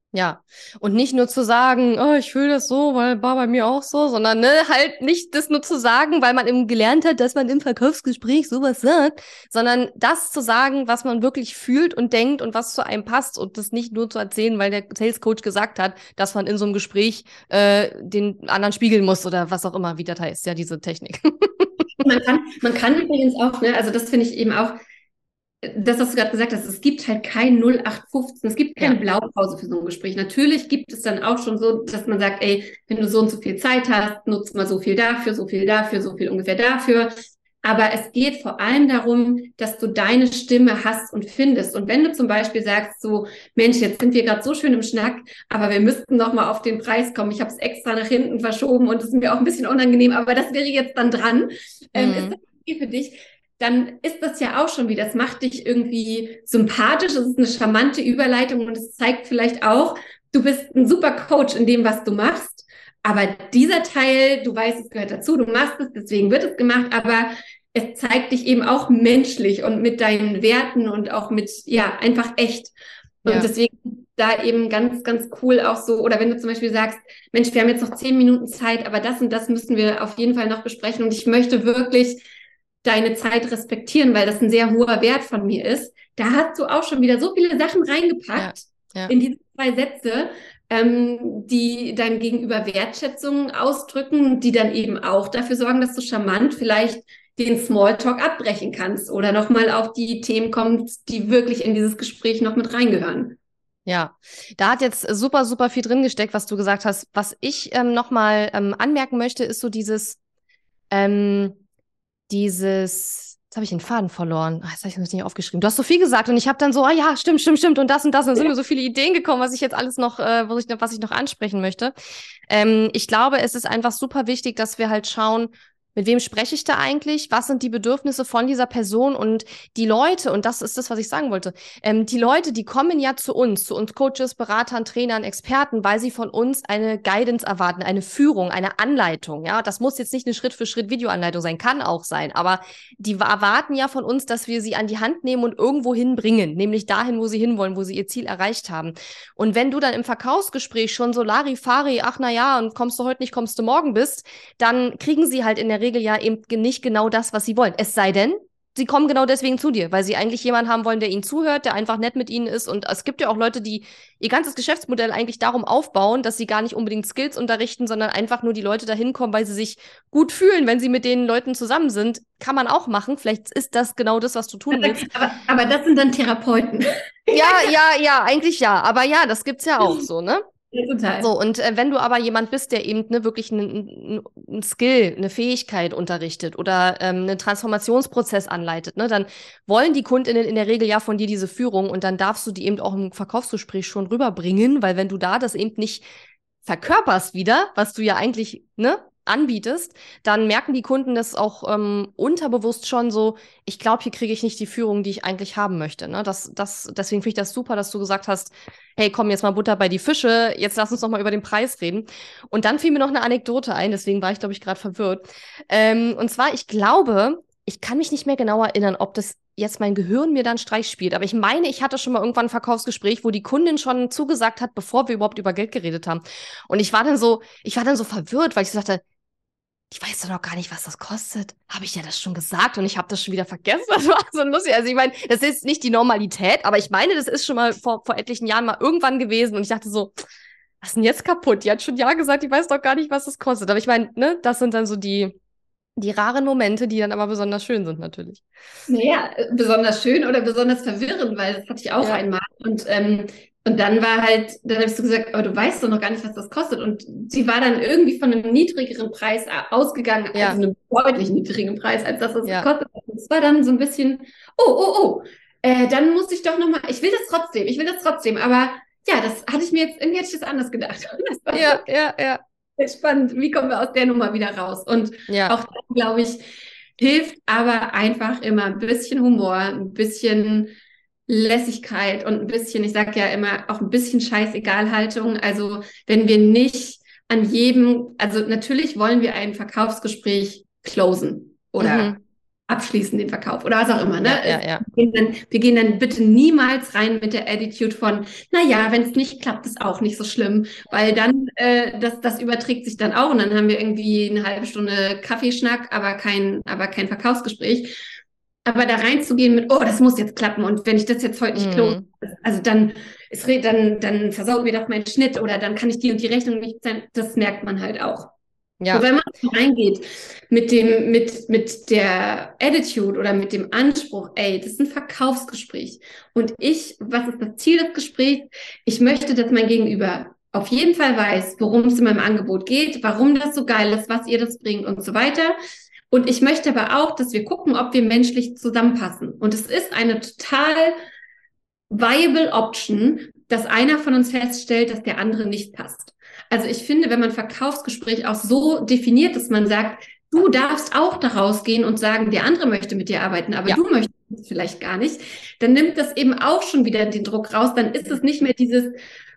Ja, und nicht nur zu sagen, oh, ich fühle das so, weil war bei mir auch so, sondern ne, halt nicht das nur zu sagen, weil man eben gelernt hat, dass man im Verkaufsgespräch sowas sagt, sondern das zu sagen, was man wirklich fühlt und denkt und was zu einem passt und das nicht nur zu erzählen, weil der Sales Coach gesagt hat, dass man in so einem Gespräch äh, den anderen spiegeln muss oder was auch immer, wie das heißt, ja, diese Technik. Man kann, man kann übrigens auch, ne, also das finde ich eben auch, das, was du gerade gesagt hast, es gibt halt kein null acht fünfzehn, es gibt keine Ja. Blaupause für so ein Gespräch. Natürlich gibt es dann auch schon so, dass man sagt, ey, wenn du so und so viel Zeit hast, nutzt mal so viel dafür, so viel dafür, so viel ungefähr dafür. Aber es geht vor allem darum, dass du deine Stimme hast und findest. Und wenn du zum Beispiel sagst, so, Mensch, jetzt sind wir gerade so schön im Schnack, aber wir müssten noch mal auf den Preis kommen. Ich habe es extra nach hinten verschoben und es ist mir auch ein bisschen unangenehm, aber das wäre jetzt dann dran. Mhm. Ähm, ist das okay für dich? Dann ist das ja auch schon wieder, das macht dich irgendwie sympathisch, es ist eine charmante Überleitung und es zeigt vielleicht auch, du bist ein super Coach in dem, was du machst, aber dieser Teil, du weißt, es gehört dazu, du machst es, deswegen wird es gemacht, aber es zeigt dich eben auch menschlich und mit deinen Werten und auch mit, ja, einfach echt. Und ja. Deswegen da eben ganz, ganz cool auch so, oder wenn du zum Beispiel sagst, Mensch, wir haben jetzt noch zehn Minuten Zeit, aber das und das müssen wir auf jeden Fall noch besprechen und ich möchte wirklich deine Zeit respektieren, weil das ein sehr hoher Wert von mir ist. Da hast du auch schon wieder so viele Sachen reingepackt ja, ja. in diese zwei Sätze, ähm, die deinem Gegenüber Wertschätzung ausdrücken, die dann eben auch dafür sorgen, dass du charmant vielleicht den Smalltalk abbrechen kannst oder nochmal auf die Themen kommst, die wirklich in dieses Gespräch noch mit reingehören. Ja, da hat jetzt super, super viel drin gesteckt, was du gesagt hast. Was ich ähm, nochmal ähm, anmerken möchte, ist so dieses ähm, Dieses, jetzt habe ich den Faden verloren. Ach, jetzt habe ich das nicht aufgeschrieben. Du hast so viel gesagt und ich habe dann so, ah ja, stimmt, stimmt, stimmt und das und das. Und dann sind mir so viele Ideen gekommen, was ich jetzt alles noch, äh, was ich noch, was ich noch ansprechen möchte. Ähm, ich glaube, es ist einfach super wichtig, dass wir halt schauen, mit wem spreche ich da eigentlich? Was sind die Bedürfnisse von dieser Person? Und die Leute, und das ist das, was ich sagen wollte, ähm, die Leute, die kommen ja zu uns, zu uns Coaches, Beratern, Trainern, Experten, weil sie von uns eine Guidance erwarten, eine Führung, eine Anleitung. Ja, das muss jetzt nicht eine Schritt-für-Schritt-Videoanleitung sein, kann auch sein, aber die erwarten ja von uns, dass wir sie an die Hand nehmen und irgendwo hinbringen, nämlich dahin, wo sie hinwollen, wo sie ihr Ziel erreicht haben. Und wenn du dann im Verkaufsgespräch schon so Larifari, ach na ja, und kommst du heute nicht, kommst du morgen bist, dann kriegen sie halt in der Regel ja eben nicht genau das, was sie wollen. Es sei denn, sie kommen genau deswegen zu dir, weil sie eigentlich jemanden haben wollen, der ihnen zuhört, der einfach nett mit ihnen ist. Und es gibt ja auch Leute, die ihr ganzes Geschäftsmodell eigentlich darum aufbauen, dass sie gar nicht unbedingt Skills unterrichten, sondern einfach nur die Leute dahin kommen, weil sie sich gut fühlen, wenn sie mit den Leuten zusammen sind. Kann man auch machen. Vielleicht ist das genau das, was du tun willst. Aber, aber das sind dann Therapeuten. Ja, ja, ja, eigentlich ja. Aber ja, das gibt's ja auch so, ne? Ja, total. So, und äh, wenn du aber jemand bist, der eben ne, wirklich einen ein Skill, eine Fähigkeit unterrichtet oder ähm, einen Transformationsprozess anleitet, ne, dann wollen die KundInnen in der Regel ja von dir diese Führung und dann darfst du die eben auch im Verkaufsgespräch schon rüberbringen, weil wenn du da das eben nicht verkörperst wieder, was du ja eigentlich ne, anbietest, dann merken die Kunden das auch ähm, unterbewusst schon so, ich glaube, hier kriege ich nicht die Führung, die ich eigentlich haben möchte. Ne? Das, das, deswegen finde ich das super, dass du gesagt hast, hey, komm, jetzt mal Butter bei die Fische, jetzt lass uns noch mal über den Preis reden. Und dann fiel mir noch eine Anekdote ein, deswegen war ich, glaube ich, gerade verwirrt. Ähm, und zwar, ich glaube, ich kann mich nicht mehr genau erinnern, ob das jetzt mein Gehirn mir dann Streich spielt. Aber ich meine, ich hatte schon mal irgendwann ein Verkaufsgespräch, wo die Kundin schon zugesagt hat, bevor wir überhaupt über Geld geredet haben. Und ich war dann so, ich war dann so verwirrt, weil ich so dachte, ich weiß doch noch gar nicht, was das kostet. Habe ich ja das schon gesagt und ich habe das schon wieder vergessen. Das war so lustig. Also ich meine, das ist nicht die Normalität, aber ich meine, das ist schon mal vor, vor etlichen Jahren mal irgendwann gewesen und ich dachte so, was ist denn jetzt kaputt? Die hat schon ja gesagt, ich weiß doch gar nicht, was das kostet. Aber ich meine, ne, das sind dann so die, die raren Momente, die dann aber besonders schön sind natürlich. Naja, besonders schön oder besonders verwirrend, weil das hatte ich auch ja. einmal. Und ähm, Und dann war halt, dann habe ich so gesagt, aber du weißt doch noch gar nicht, was das kostet. Und sie war dann irgendwie von einem niedrigeren Preis ausgegangen, ja. also einem deutlich niedrigeren Preis, als das, was ja. es kostet. Es war dann so ein bisschen, oh, oh, oh, äh, dann muss ich doch nochmal, ich will das trotzdem, ich will das trotzdem. Aber ja, das hatte ich mir jetzt, irgendwie hätte ich das anders gedacht. Das war ja, so ja, ja. Sehr spannend. Wie kommen wir aus der Nummer wieder raus? Und ja. auch das, glaube ich, hilft aber einfach immer ein bisschen Humor, ein bisschen Lässigkeit und ein bisschen, ich sage ja immer, auch ein bisschen Scheißegalhaltung. Also wenn wir nicht an jedem, also natürlich wollen wir ein Verkaufsgespräch closen oder mhm. abschließen, den Verkauf oder was auch immer. Ne? Ja, ja, ja. Wir gehen dann, wir gehen dann bitte niemals rein mit der Attitude von, naja, wenn es nicht klappt, ist auch nicht so schlimm, weil dann, äh, das, das überträgt sich dann auch und dann haben wir irgendwie eine halbe Stunde Kaffeeschnack, aber kein, aber kein Verkaufsgespräch. Aber da reinzugehen mit, oh, das muss jetzt klappen und wenn ich das jetzt heute nicht close, Mhm. also dann, ist, dann, dann versaut mir doch mein Schnitt oder dann kann ich die und die Rechnung nicht zahlen, das merkt man halt auch. Und Ja, wenn man so reingeht mit dem, mit, mit der Attitude oder mit dem Anspruch, ey, das ist ein Verkaufsgespräch. Und ich, was ist das Ziel des Gesprächs? Ich möchte, dass mein Gegenüber auf jeden Fall weiß, worum es in meinem Angebot geht, warum das so geil ist, was ihr das bringt und so weiter. Und ich möchte aber auch, dass wir gucken, ob wir menschlich zusammenpassen. Und es ist eine total viable Option, dass einer von uns feststellt, dass der andere nicht passt. Also ich finde, wenn man Verkaufsgespräch auch so definiert, dass man sagt, du darfst auch da rausgehen und sagen, der andere möchte mit dir arbeiten, aber ja. du möchtest es vielleicht gar nicht, dann nimmt das eben auch schon wieder den Druck raus. Dann ist es nicht mehr dieses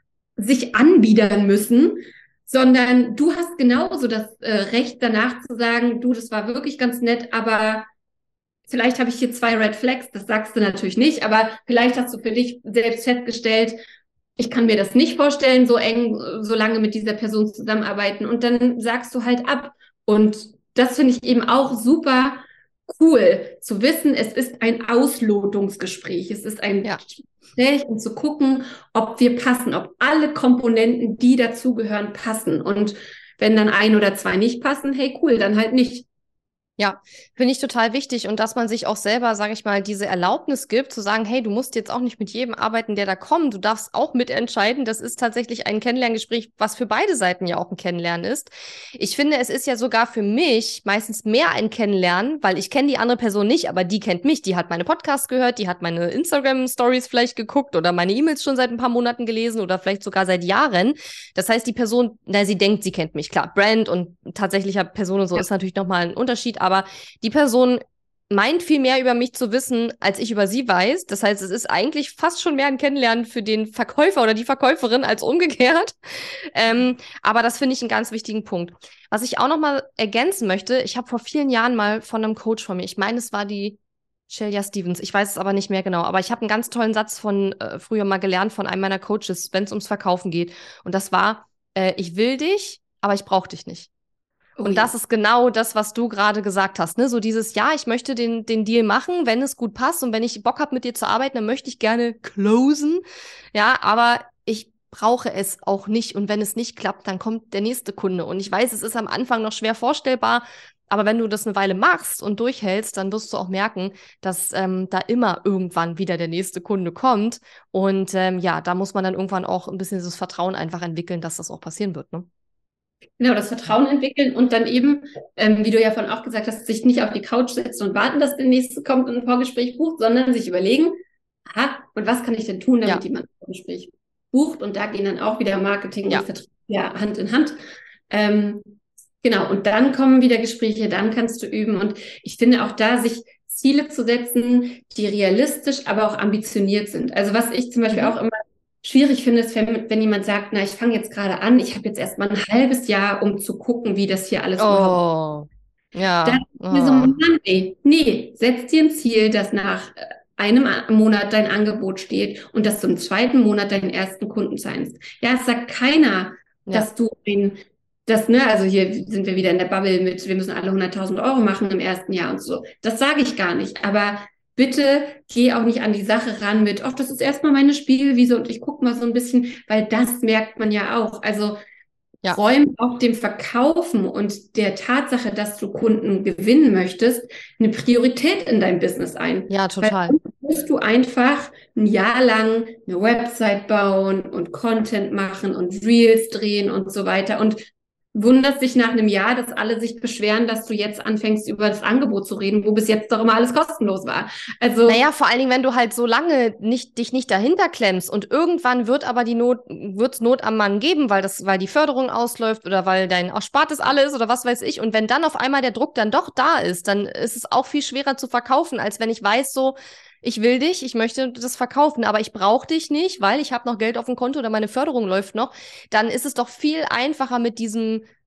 sich anbiedern müssen, sondern du hast genauso das äh, Recht danach zu sagen, du, das war wirklich ganz nett, aber vielleicht habe ich hier zwei Red Flags, das sagst du natürlich nicht, aber vielleicht hast du für dich selbst festgestellt, ich kann mir das nicht vorstellen, so eng, so lange mit dieser Person zusammenarbeiten und dann sagst du halt ab. Und das finde ich eben auch super cool, zu wissen, es ist ein Auslotungsgespräch, es ist ein Ja. Gespräch, um zu gucken, ob wir passen, ob alle Komponenten, die dazugehören, passen. Und wenn dann ein oder zwei nicht passen, hey cool, dann halt nicht. Ja, finde ich total wichtig und dass man sich auch selber, sage ich mal, diese Erlaubnis gibt, zu sagen, hey, du musst jetzt auch nicht mit jedem arbeiten, der da kommt. Du darfst auch mitentscheiden. Das ist tatsächlich ein Kennenlerngespräch, was für beide Seiten ja auch ein Kennenlernen ist. Ich finde, es ist ja sogar für mich meistens mehr ein Kennenlernen, weil ich kenne die andere Person nicht, aber die kennt mich. Die hat meine Podcasts gehört, die hat meine Instagram-Stories vielleicht geguckt oder meine E-Mails schon seit ein paar Monaten gelesen oder vielleicht sogar seit Jahren. Das heißt, die Person, na, sie denkt, sie kennt mich. Klar, Brand und tatsächlicher Person und so Ja. ist natürlich nochmal ein Unterschied, aber Aber die Person meint viel mehr über mich zu wissen, als ich über sie weiß. Das heißt, es ist eigentlich fast schon mehr ein Kennenlernen für den Verkäufer oder die Verkäuferin als umgekehrt. Ähm, aber das finde ich einen ganz wichtigen Punkt. Was ich auch noch mal ergänzen möchte, ich habe vor vielen Jahren mal von einem Coach von mir, ich meine, es war die Shelia Stevens, ich weiß es aber nicht mehr genau, aber ich habe einen ganz tollen Satz von äh, früher mal gelernt von einem meiner Coaches, wenn es ums Verkaufen geht. Und das war, äh, ich will dich, aber ich brauche dich nicht. Oh Und ja. das ist genau das, was du gerade gesagt hast, ne? So dieses, ja, ich möchte den, den Deal machen, wenn es gut passt und wenn ich Bock habe, mit dir zu arbeiten, dann möchte ich gerne closen. Ja, aber ich brauche es auch nicht. Und wenn es nicht klappt, dann kommt der nächste Kunde. Und ich weiß, es ist am Anfang noch schwer vorstellbar, aber wenn du das eine Weile machst und durchhältst, dann wirst du auch merken, dass ähm, da immer irgendwann wieder der nächste Kunde kommt. Und ähm, ja, da muss man dann irgendwann auch ein bisschen dieses Vertrauen einfach entwickeln, dass das auch passieren wird, ne? Genau, das Vertrauen entwickeln und dann eben, ähm, wie du ja vorhin auch gesagt hast, sich nicht auf die Couch setzen und warten, dass der Nächste kommt und ein Vorgespräch bucht, sondern sich überlegen, aha, und was kann ich denn tun, damit Ja. jemand ein Vorgespräch bucht? Und da gehen dann auch wieder Marketing Ja. und Vertrieb ja Hand in Hand. Ähm, genau, und dann kommen wieder Gespräche, dann kannst du üben. Und ich finde auch da, sich Ziele zu setzen, die realistisch, aber auch ambitioniert sind. Also was ich zum Beispiel Mhm. auch immer schwierig finde, ist, wenn, wenn jemand sagt, na, ich fange jetzt gerade an, ich habe jetzt erst mal ein halbes Jahr, um zu gucken, wie das hier alles überhaupt. Oh, ja. Dann ist mir so, Oh. Mann, ey, nee, setz dir ein Ziel, dass nach äh, einem A- Monat dein Angebot steht und dass du im zweiten Monat deinen ersten Kunden signst. Ja, es sagt keiner, Ja. dass du den, das, ne, also hier sind wir wieder in der Bubble mit, wir müssen alle hunderttausend Euro machen im ersten Jahr und so. Das sage ich gar nicht, aber bitte geh auch nicht an die Sache ran mit, ach, das ist erstmal meine Spielwiese und ich gucke mal so ein bisschen, weil das merkt man ja auch. Also Ja. räum auch dem Verkaufen und der Tatsache, dass du Kunden gewinnen möchtest, eine Priorität in dein Business ein. Ja, Weil total. sonst musst du einfach ein Jahr lang eine Website bauen und Content machen und Reels drehen und so weiter und wunderst dich nach einem Jahr, dass alle sich beschweren, dass du jetzt anfängst, über das Angebot zu reden, wo bis jetzt doch immer alles kostenlos war. Also, Naja, vor allen Dingen, wenn du halt so lange nicht, dich nicht dahinter klemmst und irgendwann wird aber die Not, wird's Not am Mann geben, weil das, weil die Förderung ausläuft oder weil dein Erspartes alle ist oder was weiß ich. Und wenn dann auf einmal der Druck dann doch da ist, dann ist es auch viel schwerer zu verkaufen, als wenn ich weiß so, ich will dich, ich möchte das verkaufen, aber ich brauche dich nicht, weil ich habe noch Geld auf dem Konto oder meine Förderung läuft noch. Dann ist es doch viel einfacher mit diesem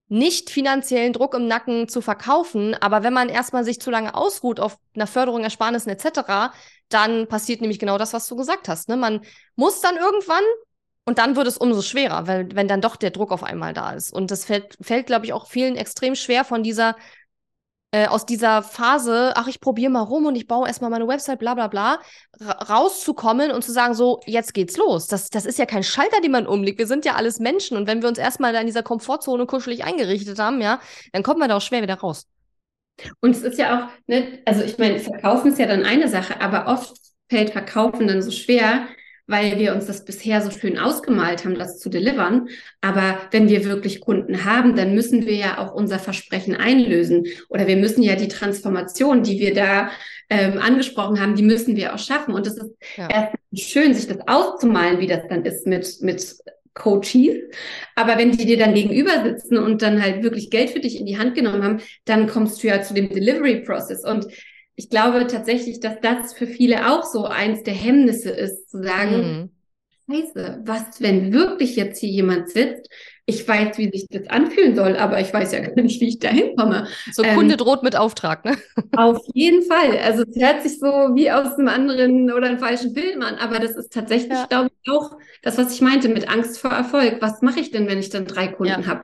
nicht finanziellen Druck im Nacken zu verkaufen, aber wenn man erstmal sich zu lange ausruht auf einer Förderung, Ersparnissen et cetera, dann passiert nämlich genau das, was du gesagt hast. Ne? Man muss dann irgendwann und dann wird es umso schwerer, weil wenn dann doch der Druck auf einmal da ist. Und das fällt, fällt glaube ich, auch vielen extrem schwer von dieser äh, aus dieser Phase, ach, ich probiere mal rum und ich baue erstmal meine Website, bla bla bla, ra- rauszukommen und zu sagen, so, jetzt geht's los. Das, das ist ja kein Schalter, den man umlegt. Wir sind ja alles Menschen und wenn wir uns erstmal da in dieser Komfortzone kuschelig eingerichtet haben, ja, dann kommt man da auch schwer wieder raus. Und es ist ja auch, ne, also ich meine, Verkaufen ist ja dann eine Sache, aber oft fällt Verkaufen dann so schwer, weil wir uns das bisher so schön ausgemalt haben, das zu delivern. Aber wenn wir wirklich Kunden haben, dann müssen wir ja auch unser Versprechen einlösen. Oder wir müssen ja die Transformation, die wir da ähm, angesprochen haben, die müssen wir auch schaffen. Und es ist Ja. erst schön, sich das auszumalen, wie das dann ist mit, mit Coaches. Aber wenn die dir dann gegenüber sitzen und dann halt wirklich Geld für dich in die Hand genommen haben, dann kommst du ja zu dem Delivery-Process. Und ich glaube tatsächlich, dass das für viele auch so eins der Hemmnisse ist, zu sagen, mhm. Scheiße, was, wenn wirklich jetzt hier jemand sitzt, ich weiß, wie sich das anfühlen soll, aber ich weiß ja gar nicht, wie ich da hinkomme. So Kunde ähm, droht mit Auftrag, ne? Auf jeden Fall. Also es hört sich so wie aus einem anderen oder einem falschen Film an, aber das ist tatsächlich, ja. glaube ich, auch das, was ich meinte mit Angst vor Erfolg. Was mache ich denn, wenn ich dann drei Kunden ja. habe?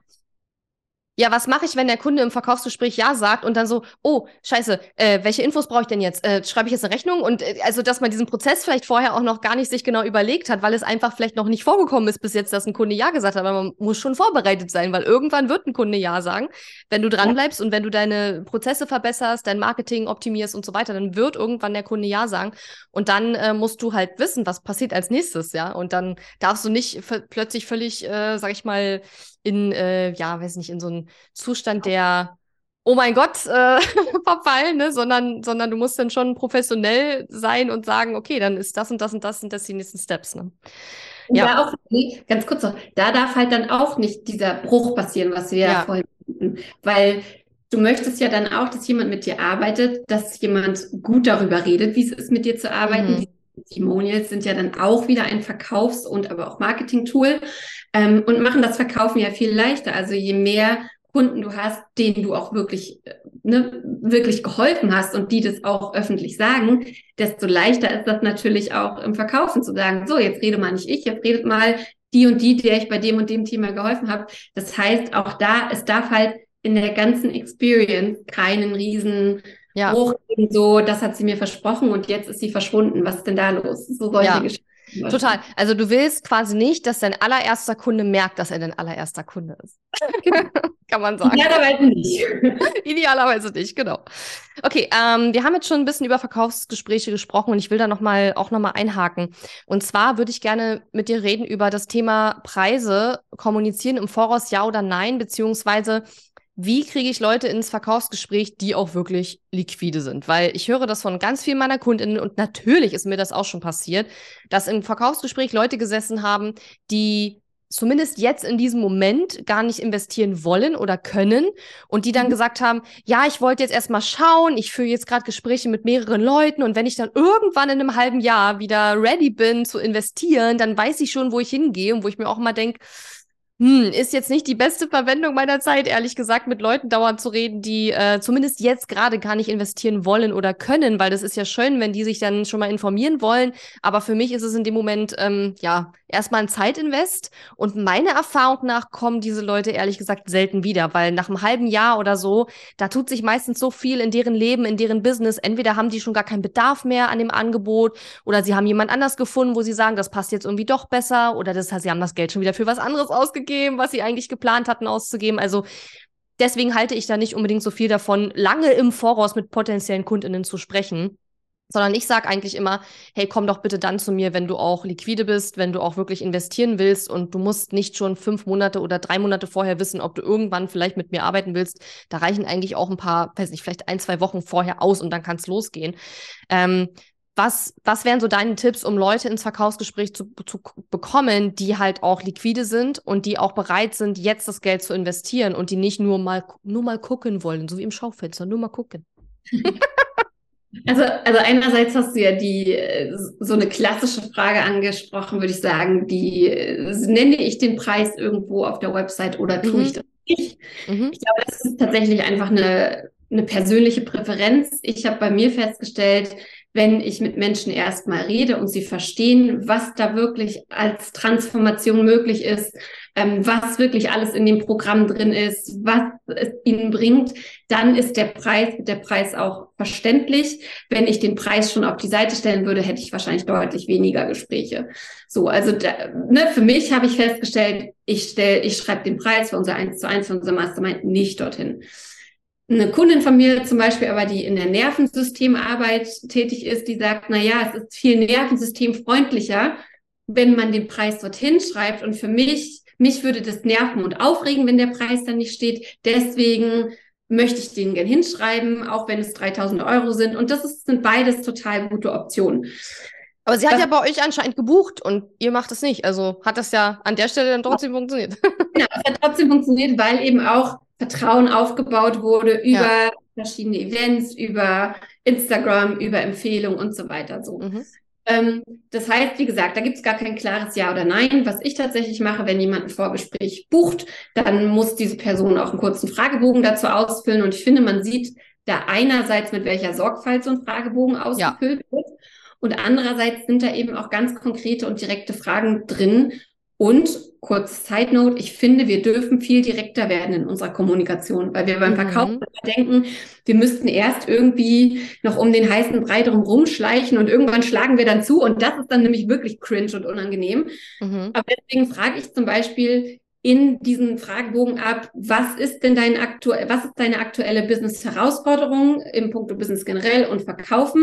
Ja, was mache ich, wenn der Kunde im Verkaufsgespräch Ja sagt und dann so, oh, scheiße, äh, welche Infos brauche ich denn jetzt? Äh, schreibe ich jetzt eine Rechnung? Und äh, also, dass man diesen Prozess vielleicht vorher auch noch gar nicht sich genau überlegt hat, weil es einfach vielleicht noch nicht vorgekommen ist bis jetzt, dass ein Kunde Ja gesagt hat. Aber man muss schon vorbereitet sein, weil irgendwann wird ein Kunde Ja sagen. Wenn du dranbleibst ja. und wenn du deine Prozesse verbesserst, dein Marketing optimierst und so weiter, dann wird irgendwann der Kunde Ja sagen. Und dann äh, musst du halt wissen, was passiert als nächstes, ja. Und dann darfst du nicht plötzlich völlig, äh, sag ich mal, in, äh, ja, weiß nicht, in so einen Zustand der, oh mein Gott, äh, verfallen, ne? sondern, sondern du musst dann schon professionell sein und sagen, okay, dann ist das und das und das und das die nächsten Steps, ne? Und ja. da auch, nee, ganz kurz noch, da darf halt dann auch nicht dieser Bruch passieren, was wir ja, ja vorhin hatten, weil du möchtest ja dann auch, dass jemand mit dir arbeitet, dass jemand gut darüber redet, wie es ist, mit dir zu arbeiten. Mhm. Die Testimonials sind ja dann auch wieder ein Verkaufs- und aber auch Marketing-Tool ähm, und machen das Verkaufen ja viel leichter. Also je mehr Kunden du hast, denen du auch wirklich, ne, wirklich geholfen hast und die das auch öffentlich sagen, desto leichter ist das natürlich auch im Verkaufen zu sagen, so, jetzt rede mal nicht ich, jetzt redet mal die und die, der ich bei dem und dem Thema geholfen habe. Das heißt, auch da, es darf halt in der ganzen Experience keinen riesen ja. Bruch geben, so, das hat sie mir versprochen und jetzt ist sie verschwunden. Was ist denn da los? So solche ja. Geschichten. Total. Also du willst quasi nicht, dass dein allererster Kunde merkt, dass er dein allererster Kunde ist. Kann man sagen. Idealerweise nicht. Idealerweise nicht, genau. Okay, ähm, wir haben jetzt schon ein bisschen über Verkaufsgespräche gesprochen und ich will da noch mal, auch nochmal einhaken. Und zwar würde ich gerne mit dir reden über das Thema Preise, kommunizieren im Voraus ja oder nein, beziehungsweise wie kriege ich Leute ins Verkaufsgespräch, die auch wirklich liquide sind? Weil ich höre das von ganz vielen meiner KundInnen und natürlich ist mir das auch schon passiert, dass im Verkaufsgespräch Leute gesessen haben, die zumindest jetzt in diesem Moment gar nicht investieren wollen oder können und die dann mhm. gesagt haben, ja, ich wollte jetzt erstmal schauen, ich führe jetzt gerade Gespräche mit mehreren Leuten und wenn ich dann irgendwann in einem halben Jahr wieder ready bin zu investieren, dann weiß ich schon, wo ich hingehe und wo ich mir auch mal denke, Hm, ist jetzt nicht die beste Verwendung meiner Zeit, ehrlich gesagt, mit Leuten dauernd zu reden, die äh, zumindest jetzt gerade gar nicht investieren wollen oder können, weil das ist ja schön, wenn die sich dann schon mal informieren wollen. Aber für mich ist es in dem Moment, ähm, ja, erstmal ein Zeitinvest. Und meiner Erfahrung nach kommen diese Leute ehrlich gesagt selten wieder, weil nach einem halben Jahr oder so, da tut sich meistens so viel in deren Leben, in deren Business. Entweder haben die schon gar keinen Bedarf mehr an dem Angebot oder sie haben jemand anders gefunden, wo sie sagen, das passt jetzt irgendwie doch besser oder das heißt, sie haben das Geld schon wieder für was anderes ausgegeben, was sie eigentlich geplant hatten auszugeben. Also deswegen halte ich da nicht unbedingt so viel davon, lange im Voraus mit potenziellen KundInnen zu sprechen, sondern ich sage eigentlich immer, hey, komm doch bitte dann zu mir, wenn du auch liquide bist, wenn du auch wirklich investieren willst und du musst nicht schon fünf Monate oder drei Monate vorher wissen, ob du irgendwann vielleicht mit mir arbeiten willst. Da reichen eigentlich auch ein paar, weiß nicht, vielleicht ein, zwei Wochen vorher aus und dann kann es losgehen. Ähm, Was, was wären so deine Tipps, um Leute ins Verkaufsgespräch zu, zu bekommen, die halt auch liquide sind und die auch bereit sind, jetzt das Geld zu investieren und die nicht nur mal, nur mal gucken wollen, so wie im Schaufenster, nur mal gucken? Also, also einerseits hast du ja die so eine klassische Frage angesprochen, würde ich sagen, die nenne ich den Preis irgendwo auf der Website oder tue mhm. ich das Ich, Mhm. ich glaube, das ist tatsächlich einfach eine, eine persönliche Präferenz. Ich habe bei mir festgestellt, wenn ich mit Menschen erstmal rede und sie verstehen, was da wirklich als Transformation möglich ist, ähm, was wirklich alles in dem Programm drin ist, was es ihnen bringt, dann ist der Preis, der Preis auch verständlich. Wenn ich den Preis schon auf die Seite stellen würde, hätte ich wahrscheinlich deutlich weniger Gespräche. So, also da, ne, für mich habe ich festgestellt, ich stelle, ich schreibe den Preis für unser eins zu eins, für unser Mastermind nicht dorthin. Eine Kundin von mir zum Beispiel, aber die in der Nervensystemarbeit tätig ist, die sagt, na ja, es ist viel nervensystemfreundlicher, wenn man den Preis dorthin schreibt. Und für mich, mich würde das nerven und aufregen, wenn der Preis dann nicht steht. Deswegen möchte ich den gern hinschreiben, auch wenn es dreitausend Euro sind. Und das ist, sind beides total gute Optionen. Aber sie hat Was, ja bei euch anscheinend gebucht und ihr macht es nicht. Also hat das ja an der Stelle dann trotzdem funktioniert. genau, es hat trotzdem funktioniert, weil eben auch Vertrauen aufgebaut wurde über Ja. verschiedene Events, über Instagram, über Empfehlungen und so weiter. So. Mhm. Ähm, das heißt, wie gesagt, da gibt es gar kein klares Ja oder Nein. Was ich tatsächlich mache, wenn jemand ein Vorgespräch bucht, dann muss diese Person auch einen kurzen Fragebogen dazu ausfüllen. Und ich finde, man sieht da einerseits, mit welcher Sorgfalt so ein Fragebogen Ja. ausgefüllt wird. Und andererseits sind da eben auch ganz konkrete und direkte Fragen drin. Und kurz Side Note, ich finde, wir dürfen viel direkter werden in unserer Kommunikation, weil wir beim Verkauf Mhm. denken, wir müssten erst irgendwie noch um den heißen Brei drum rumschleichen und irgendwann schlagen wir dann zu und das ist dann nämlich wirklich cringe und unangenehm. Mhm. Aber deswegen frage ich zum Beispiel in diesen Fragebogen ab, was ist denn dein aktuell, was ist deine aktuelle Business-Herausforderung im Punkto Business generell und Verkaufen?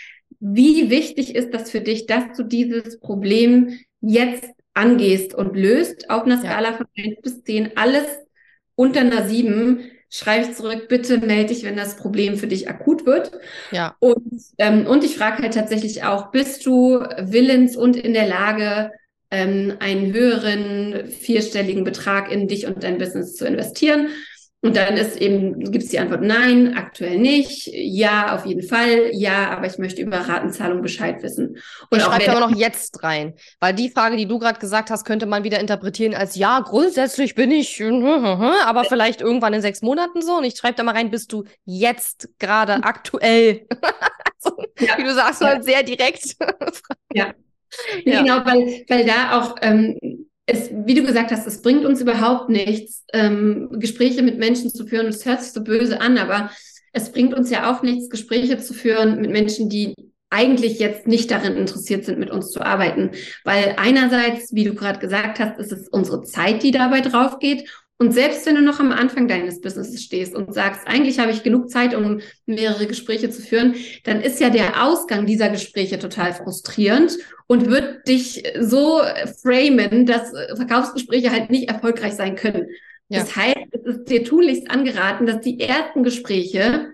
Wie wichtig ist das für dich, dass du dieses Problem jetzt angehst und löst auf einer Ja. Skala von eins bis zehn? Alles unter einer sieben schreibe ich zurück, bitte melde dich, wenn das Problem für dich akut wird. Ja. Und, ähm, und ich frage halt tatsächlich auch, bist du willens und in der Lage, ähm, einen höheren vierstelligen Betrag in dich und dein Business zu investieren? Und dann ist eben, gibt es die Antwort nein, aktuell nicht, ja, auf jeden Fall, ja, aber ich möchte über Ratenzahlung Bescheid wissen. Und Ihr auch schreibt wer aber noch jetzt rein. Weil die Frage, die du gerade gesagt hast, könnte man wieder interpretieren als ja, grundsätzlich bin ich, aber vielleicht irgendwann in sechs Monaten so. Und ich schreibe da mal rein, bist du jetzt gerade aktuell. Also, ja, wie du sagst, ja, halt sehr direkt. ja. Nee, Ja. genau, weil, weil da auch, ähm, es, wie du gesagt hast, es bringt uns überhaupt nichts, ähm, Gespräche mit Menschen zu führen. Es hört sich so böse an, aber es bringt uns ja auch nichts, Gespräche zu führen mit Menschen, die eigentlich jetzt nicht darin interessiert sind, mit uns zu arbeiten. Weil einerseits, wie du gerade gesagt hast, ist es unsere Zeit, die dabei drauf geht. Und selbst wenn du noch am Anfang deines Businesses stehst und sagst, eigentlich habe ich genug Zeit, um mehrere Gespräche zu führen, dann ist ja der Ausgang dieser Gespräche total frustrierend und wird dich so framen, dass Verkaufsgespräche halt nicht erfolgreich sein können. Ja. Das heißt, es ist dir tunlichst angeraten, dass die ersten Gespräche,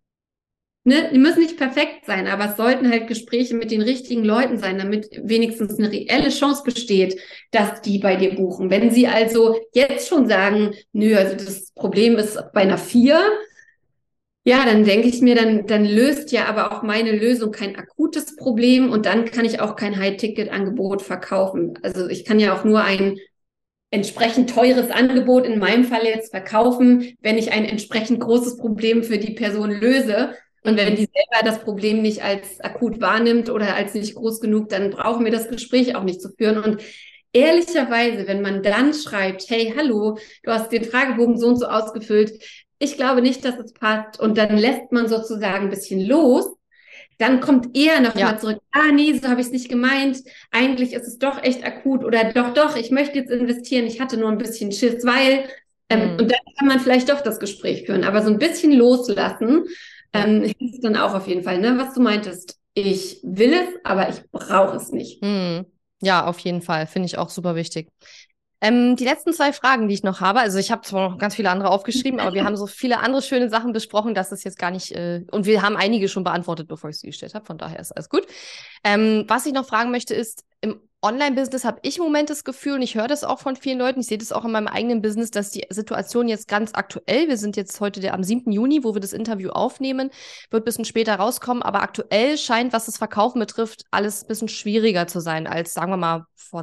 ne, die müssen nicht perfekt sein, aber es sollten halt Gespräche mit den richtigen Leuten sein, damit wenigstens eine reelle Chance besteht, dass die bei dir buchen. Wenn sie also jetzt schon sagen, nö, also das Problem ist bei einer vier, ja, dann denke ich mir, dann, dann löst ja aber auch meine Lösung kein akutes Problem und dann kann ich auch kein High-Ticket-Angebot verkaufen. Also ich kann ja auch nur ein entsprechend teures Angebot in meinem Fall jetzt verkaufen, wenn ich ein entsprechend großes Problem für die Person löse. Und wenn die selber das Problem nicht als akut wahrnimmt oder als nicht groß genug, dann brauchen wir das Gespräch auch nicht zu führen. Und ehrlicherweise, wenn man dann schreibt, hey, hallo, du hast den Fragebogen so und so ausgefüllt, ich glaube nicht, dass es passt. Und dann lässt man sozusagen ein bisschen los. Dann kommt eher noch Ja. mal zurück, ah nee, so habe ich es nicht gemeint. Eigentlich ist es doch echt akut oder doch, doch, ich möchte jetzt investieren. Ich hatte nur ein bisschen Schiss, weil ähm, Mhm. und dann kann man vielleicht doch das Gespräch führen. Aber so ein bisschen loslassen Ja. ähm, hilft dann auch auf jeden Fall, ne? Was du meintest. Ich will es, aber ich brauche es nicht. Mhm. Ja, auf jeden Fall. Finde ich auch super wichtig. Ähm, die letzten zwei Fragen, die ich noch habe, also ich habe zwar noch ganz viele andere aufgeschrieben, aber wir haben so viele andere schöne Sachen besprochen, dass es jetzt gar nicht, äh, und wir haben einige schon beantwortet, bevor ich sie gestellt habe, von daher ist alles gut. Ähm, was ich noch fragen möchte ist, im Online-Business habe ich im Moment das Gefühl, und ich höre das auch von vielen Leuten, ich sehe das auch in meinem eigenen Business, dass die Situation jetzt ganz aktuell, wir sind jetzt heute der, am siebten Juni, wo wir das Interview aufnehmen, wird ein bisschen später rauskommen, aber aktuell scheint, was das Verkaufen betrifft, alles ein bisschen schwieriger zu sein als, sagen wir mal, vor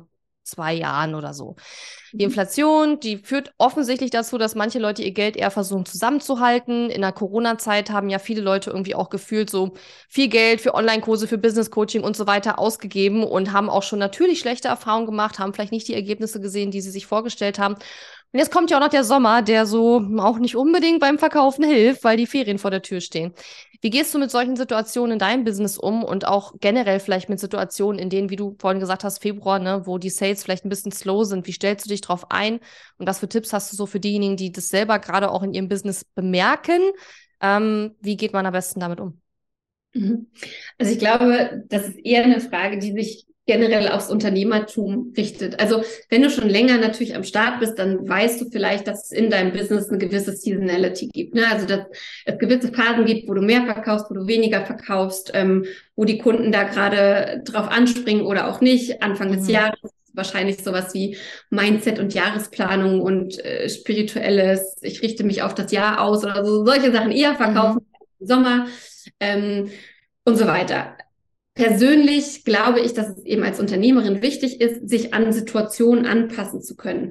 zwei Jahren oder so. Die Mhm. Inflation, die führt offensichtlich dazu, dass manche Leute ihr Geld eher versuchen zusammenzuhalten. In der Corona-Zeit haben ja viele Leute irgendwie auch gefühlt so viel Geld für Online-Kurse, für Business-Coaching und so weiter ausgegeben und haben auch schon natürlich schlechte Erfahrungen gemacht, haben vielleicht nicht die Ergebnisse gesehen, die sie sich vorgestellt haben. Und jetzt kommt ja auch noch der Sommer, der so auch nicht unbedingt beim Verkaufen hilft, weil die Ferien vor der Tür stehen. Wie gehst du mit solchen Situationen in deinem Business um und auch generell vielleicht mit Situationen, in denen, wie du vorhin gesagt hast, Februar, ne, wo die Sales vielleicht ein bisschen slow sind? Wie stellst du dich drauf ein? Und was für Tipps hast du so für diejenigen, die das selber gerade auch in ihrem Business bemerken? Ähm, wie geht man am besten damit um? Mhm. Also ich glaube, das ist eher eine Frage, die sich generell aufs Unternehmertum richtet. Also wenn du schon länger natürlich am Start bist, dann weißt du vielleicht, dass es in deinem Business eine gewisse Seasonality gibt. Ne? Also dass es gewisse Phasen gibt, wo du mehr verkaufst, wo du weniger verkaufst, ähm, wo die Kunden da gerade drauf anspringen oder auch nicht. Anfang des Mhm. Jahres wahrscheinlich sowas wie Mindset und Jahresplanung und äh, spirituelles, ich richte mich auf das Jahr aus oder so, solche Sachen eher verkaufen Mhm. im Sommer ähm, und so weiter. Persönlich glaube ich, dass es eben als Unternehmerin wichtig ist, sich an Situationen anpassen zu können.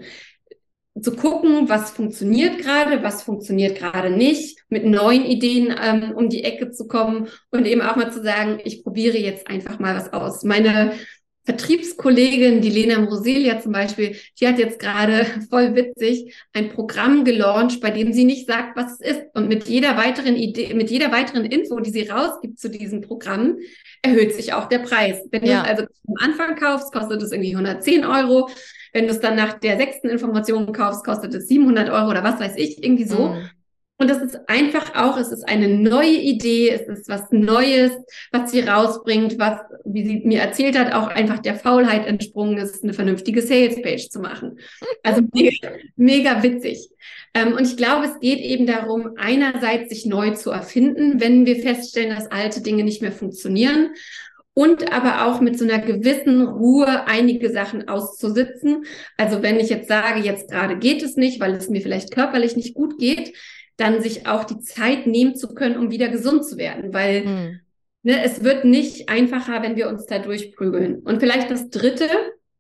Zu gucken, was funktioniert gerade, was funktioniert gerade nicht, mit neuen Ideen ähm, um die Ecke zu kommen und eben auch mal zu sagen, ich probiere jetzt einfach mal was aus. Meine Vertriebskollegin, die Lena Mroselia zum Beispiel, die hat jetzt gerade voll witzig ein Programm gelauncht, bei dem sie nicht sagt, was es ist. Und mit jeder weiteren Idee, mit jeder weiteren Info, die sie rausgibt zu diesem Programm, erhöht sich auch der Preis. Wenn du es Ja. also am Anfang kaufst, kostet es irgendwie hundertzehn Euro. Wenn du es dann nach der sechsten Information kaufst, kostet es siebenhundert Euro oder was weiß ich, irgendwie so. Mhm. Und das ist einfach auch, es ist eine neue Idee, es ist was Neues, was sie rausbringt, was, wie sie mir erzählt hat, auch einfach der Faulheit entsprungen ist, eine vernünftige Salespage zu machen. Also mega, mega witzig. Ähm, und ich glaube, es geht eben darum, einerseits sich neu zu erfinden, wenn wir feststellen, dass alte Dinge nicht mehr funktionieren. Und aber auch mit so einer gewissen Ruhe einige Sachen auszusitzen. Also wenn ich jetzt sage, jetzt gerade geht es nicht, weil es mir vielleicht körperlich nicht gut geht, dann sich auch die Zeit nehmen zu können, um wieder gesund zu werden. Weil Mhm. ne, es wird nicht einfacher, wenn wir uns da durchprügeln. Und vielleicht das Dritte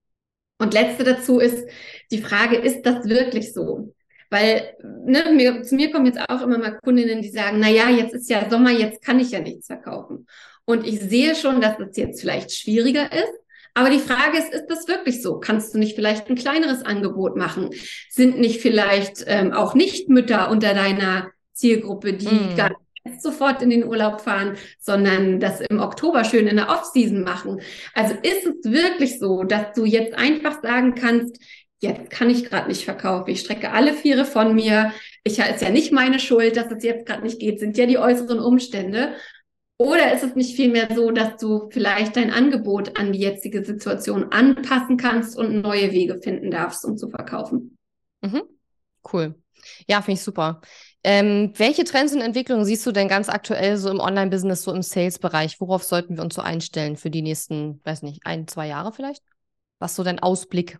und Letzte dazu ist die Frage, ist das wirklich so? Weil ne, mir, zu mir kommen jetzt auch immer mal Kundinnen, die sagen, na ja, jetzt ist ja Sommer, jetzt kann ich ja nichts verkaufen. Und ich sehe schon, dass es jetzt vielleicht schwieriger ist. Aber die Frage ist, ist das wirklich so? Kannst du nicht vielleicht ein kleineres Angebot machen? Sind nicht vielleicht ähm, auch Nichtmütter unter deiner Zielgruppe, die gar Mhm. nicht sofort in den Urlaub fahren, sondern das im Oktober schön in der Off-Season machen? Also ist es wirklich so, dass du jetzt einfach sagen kannst, jetzt kann ich gerade nicht verkaufen. Ich strecke alle Viere von mir. Ich ist ja nicht meine Schuld, dass es jetzt gerade nicht geht, sind ja die äußeren Umstände. Oder ist es nicht vielmehr so, dass du vielleicht dein Angebot an die jetzige Situation anpassen kannst und neue Wege finden darfst, um zu verkaufen? Mhm. Cool. Ja, finde ich super. Ähm, welche Trends und Entwicklungen siehst du denn ganz aktuell so im Online-Business, so im Sales-Bereich? Worauf sollten wir uns so einstellen für die nächsten, weiß nicht, ein, zwei Jahre vielleicht? Was so dein Ausblick?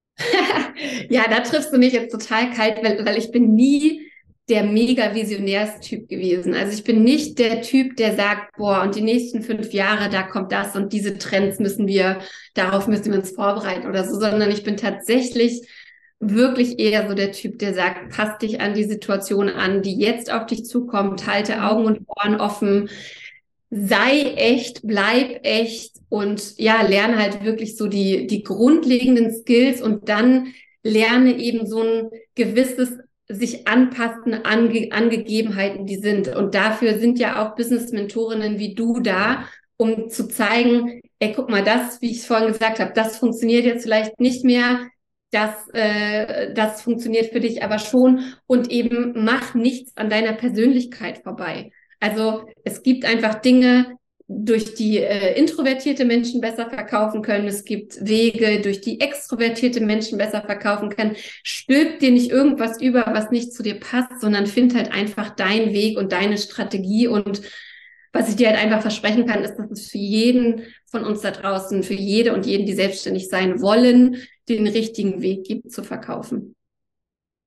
Ja, da triffst du mich jetzt total kalt, weil, weil ich bin nie der mega Visionärstyp gewesen. Also ich bin nicht der Typ, der sagt, boah, und die nächsten fünf Jahre, da kommt das und diese Trends müssen wir, darauf müssen wir uns vorbereiten oder so, sondern ich bin tatsächlich wirklich eher so der Typ, der sagt, passt dich an die Situation an, die jetzt auf dich zukommt, halte Mhm. Augen und Ohren offen, sei echt, bleib echt und ja, lerne halt wirklich so die, die grundlegenden Skills und dann lerne eben so ein gewisses sich anpassen an, an Gegebenheiten, die sind. Und dafür sind ja auch Business-Mentorinnen wie du da, um zu zeigen, ey, guck mal, das, wie ich es vorhin gesagt habe, das funktioniert jetzt vielleicht nicht mehr, das, äh, das funktioniert für dich aber schon und eben mach nichts an deiner Persönlichkeit vorbei. Also es gibt einfach Dinge, durch die äh, introvertierte Menschen besser verkaufen können. Es gibt Wege, durch die extrovertierte Menschen besser verkaufen können. Stülp dir nicht irgendwas über, was nicht zu dir passt, sondern find halt einfach deinen Weg und deine Strategie. Und was ich dir halt einfach versprechen kann, ist, dass es für jeden von uns da draußen, für jede und jeden, die selbstständig sein wollen, den richtigen Weg gibt zu verkaufen.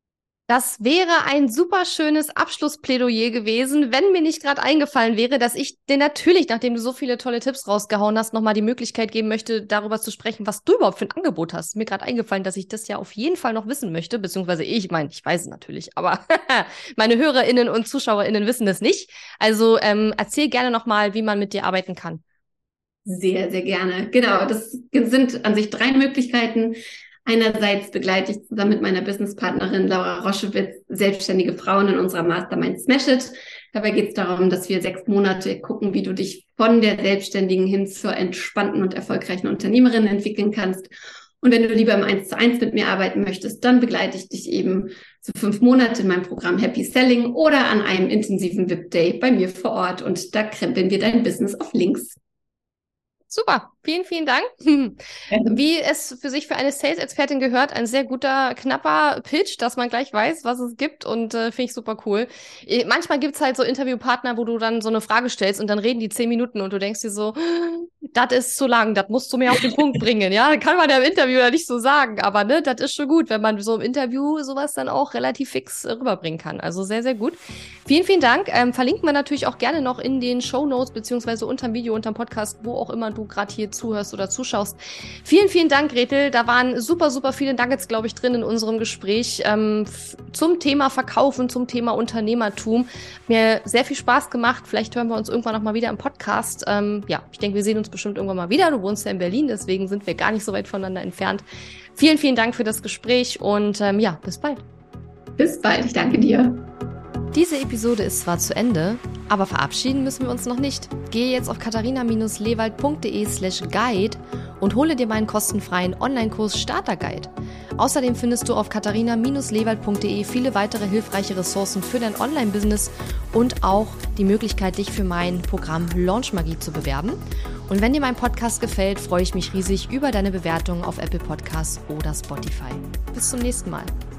Das wäre ein super schönes Abschlussplädoyer gewesen, wenn mir nicht gerade eingefallen wäre, dass ich dir natürlich, nachdem du so viele tolle Tipps rausgehauen hast, nochmal die Möglichkeit geben möchte, darüber zu sprechen, was du überhaupt für ein Angebot hast. Mir gerade eingefallen, dass ich das ja auf jeden Fall noch wissen möchte, beziehungsweise ich meine, ich weiß es natürlich, aber meine HörerInnen und ZuschauerInnen wissen es nicht. Also ähm, erzähl gerne nochmal, wie man mit dir arbeiten kann. Sehr, sehr gerne. Genau, das sind an sich drei Möglichkeiten. Einerseits begleite ich zusammen mit meiner Businesspartnerin Laura Roschewitz selbstständige Frauen in unserer Mastermind Smash It. Dabei geht es darum, dass wir sechs Monate gucken, wie du dich von der Selbstständigen hin zur entspannten und erfolgreichen Unternehmerin entwickeln kannst. Und wenn du lieber im eins zu eins mit mir arbeiten möchtest, dann begleite ich dich eben für fünf Monate in meinem Programm Happy Selling oder an einem intensiven V I P-Day bei mir vor Ort. Und da krempeln wir dein Business auf links. Super, vielen, vielen Dank. Wie es für sich für eine Sales-Expertin gehört, ein sehr guter, knapper Pitch, dass man gleich weiß, was es gibt und äh, finde ich super cool. Manchmal gibt's halt so Interviewpartner, wo du dann so eine Frage stellst und dann reden die zehn Minuten und du denkst dir so, das ist zu lang, das musst du mir auf den Punkt bringen. Ja, kann man ja im Interview ja nicht so sagen, aber ne, das ist schon gut, wenn man so im Interview sowas dann auch relativ fix äh, rüberbringen kann. Also sehr, sehr gut. Vielen, vielen Dank. Ähm, verlinken wir natürlich auch gerne noch in den Shownotes beziehungsweise unterm Video, unterm Podcast, wo auch immer du gerade hier zuhörst oder zuschaust. Vielen, vielen Dank, Gretel. Da waren super, super viele Nuggets, glaube ich, drin in unserem Gespräch ähm, zum Thema Verkaufen, zum Thema Unternehmertum. Mir sehr viel Spaß gemacht. Vielleicht hören wir uns irgendwann noch mal wieder im Podcast. Ähm, ja, ich denke, wir sehen uns bestimmt irgendwann mal wieder. Du wohnst ja in Berlin, deswegen sind wir gar nicht so weit voneinander entfernt. Vielen, vielen Dank für das Gespräch und ähm, ja, bis bald. Bis bald. Ich danke dir. Diese Episode ist zwar zu Ende, aber verabschieden müssen wir uns noch nicht. Gehe jetzt auf katharina-lewald.de slash guide und hole dir meinen kostenfreien Online-Kurs Starter Guide. Außerdem findest du auf katharina-lewald.de viele weitere hilfreiche Ressourcen für dein Online-Business und auch die Möglichkeit, dich für mein Programm Launch Magie zu bewerben. Und wenn dir mein Podcast gefällt, freue ich mich riesig über deine Bewertung auf Apple Podcasts oder Spotify. Bis zum nächsten Mal.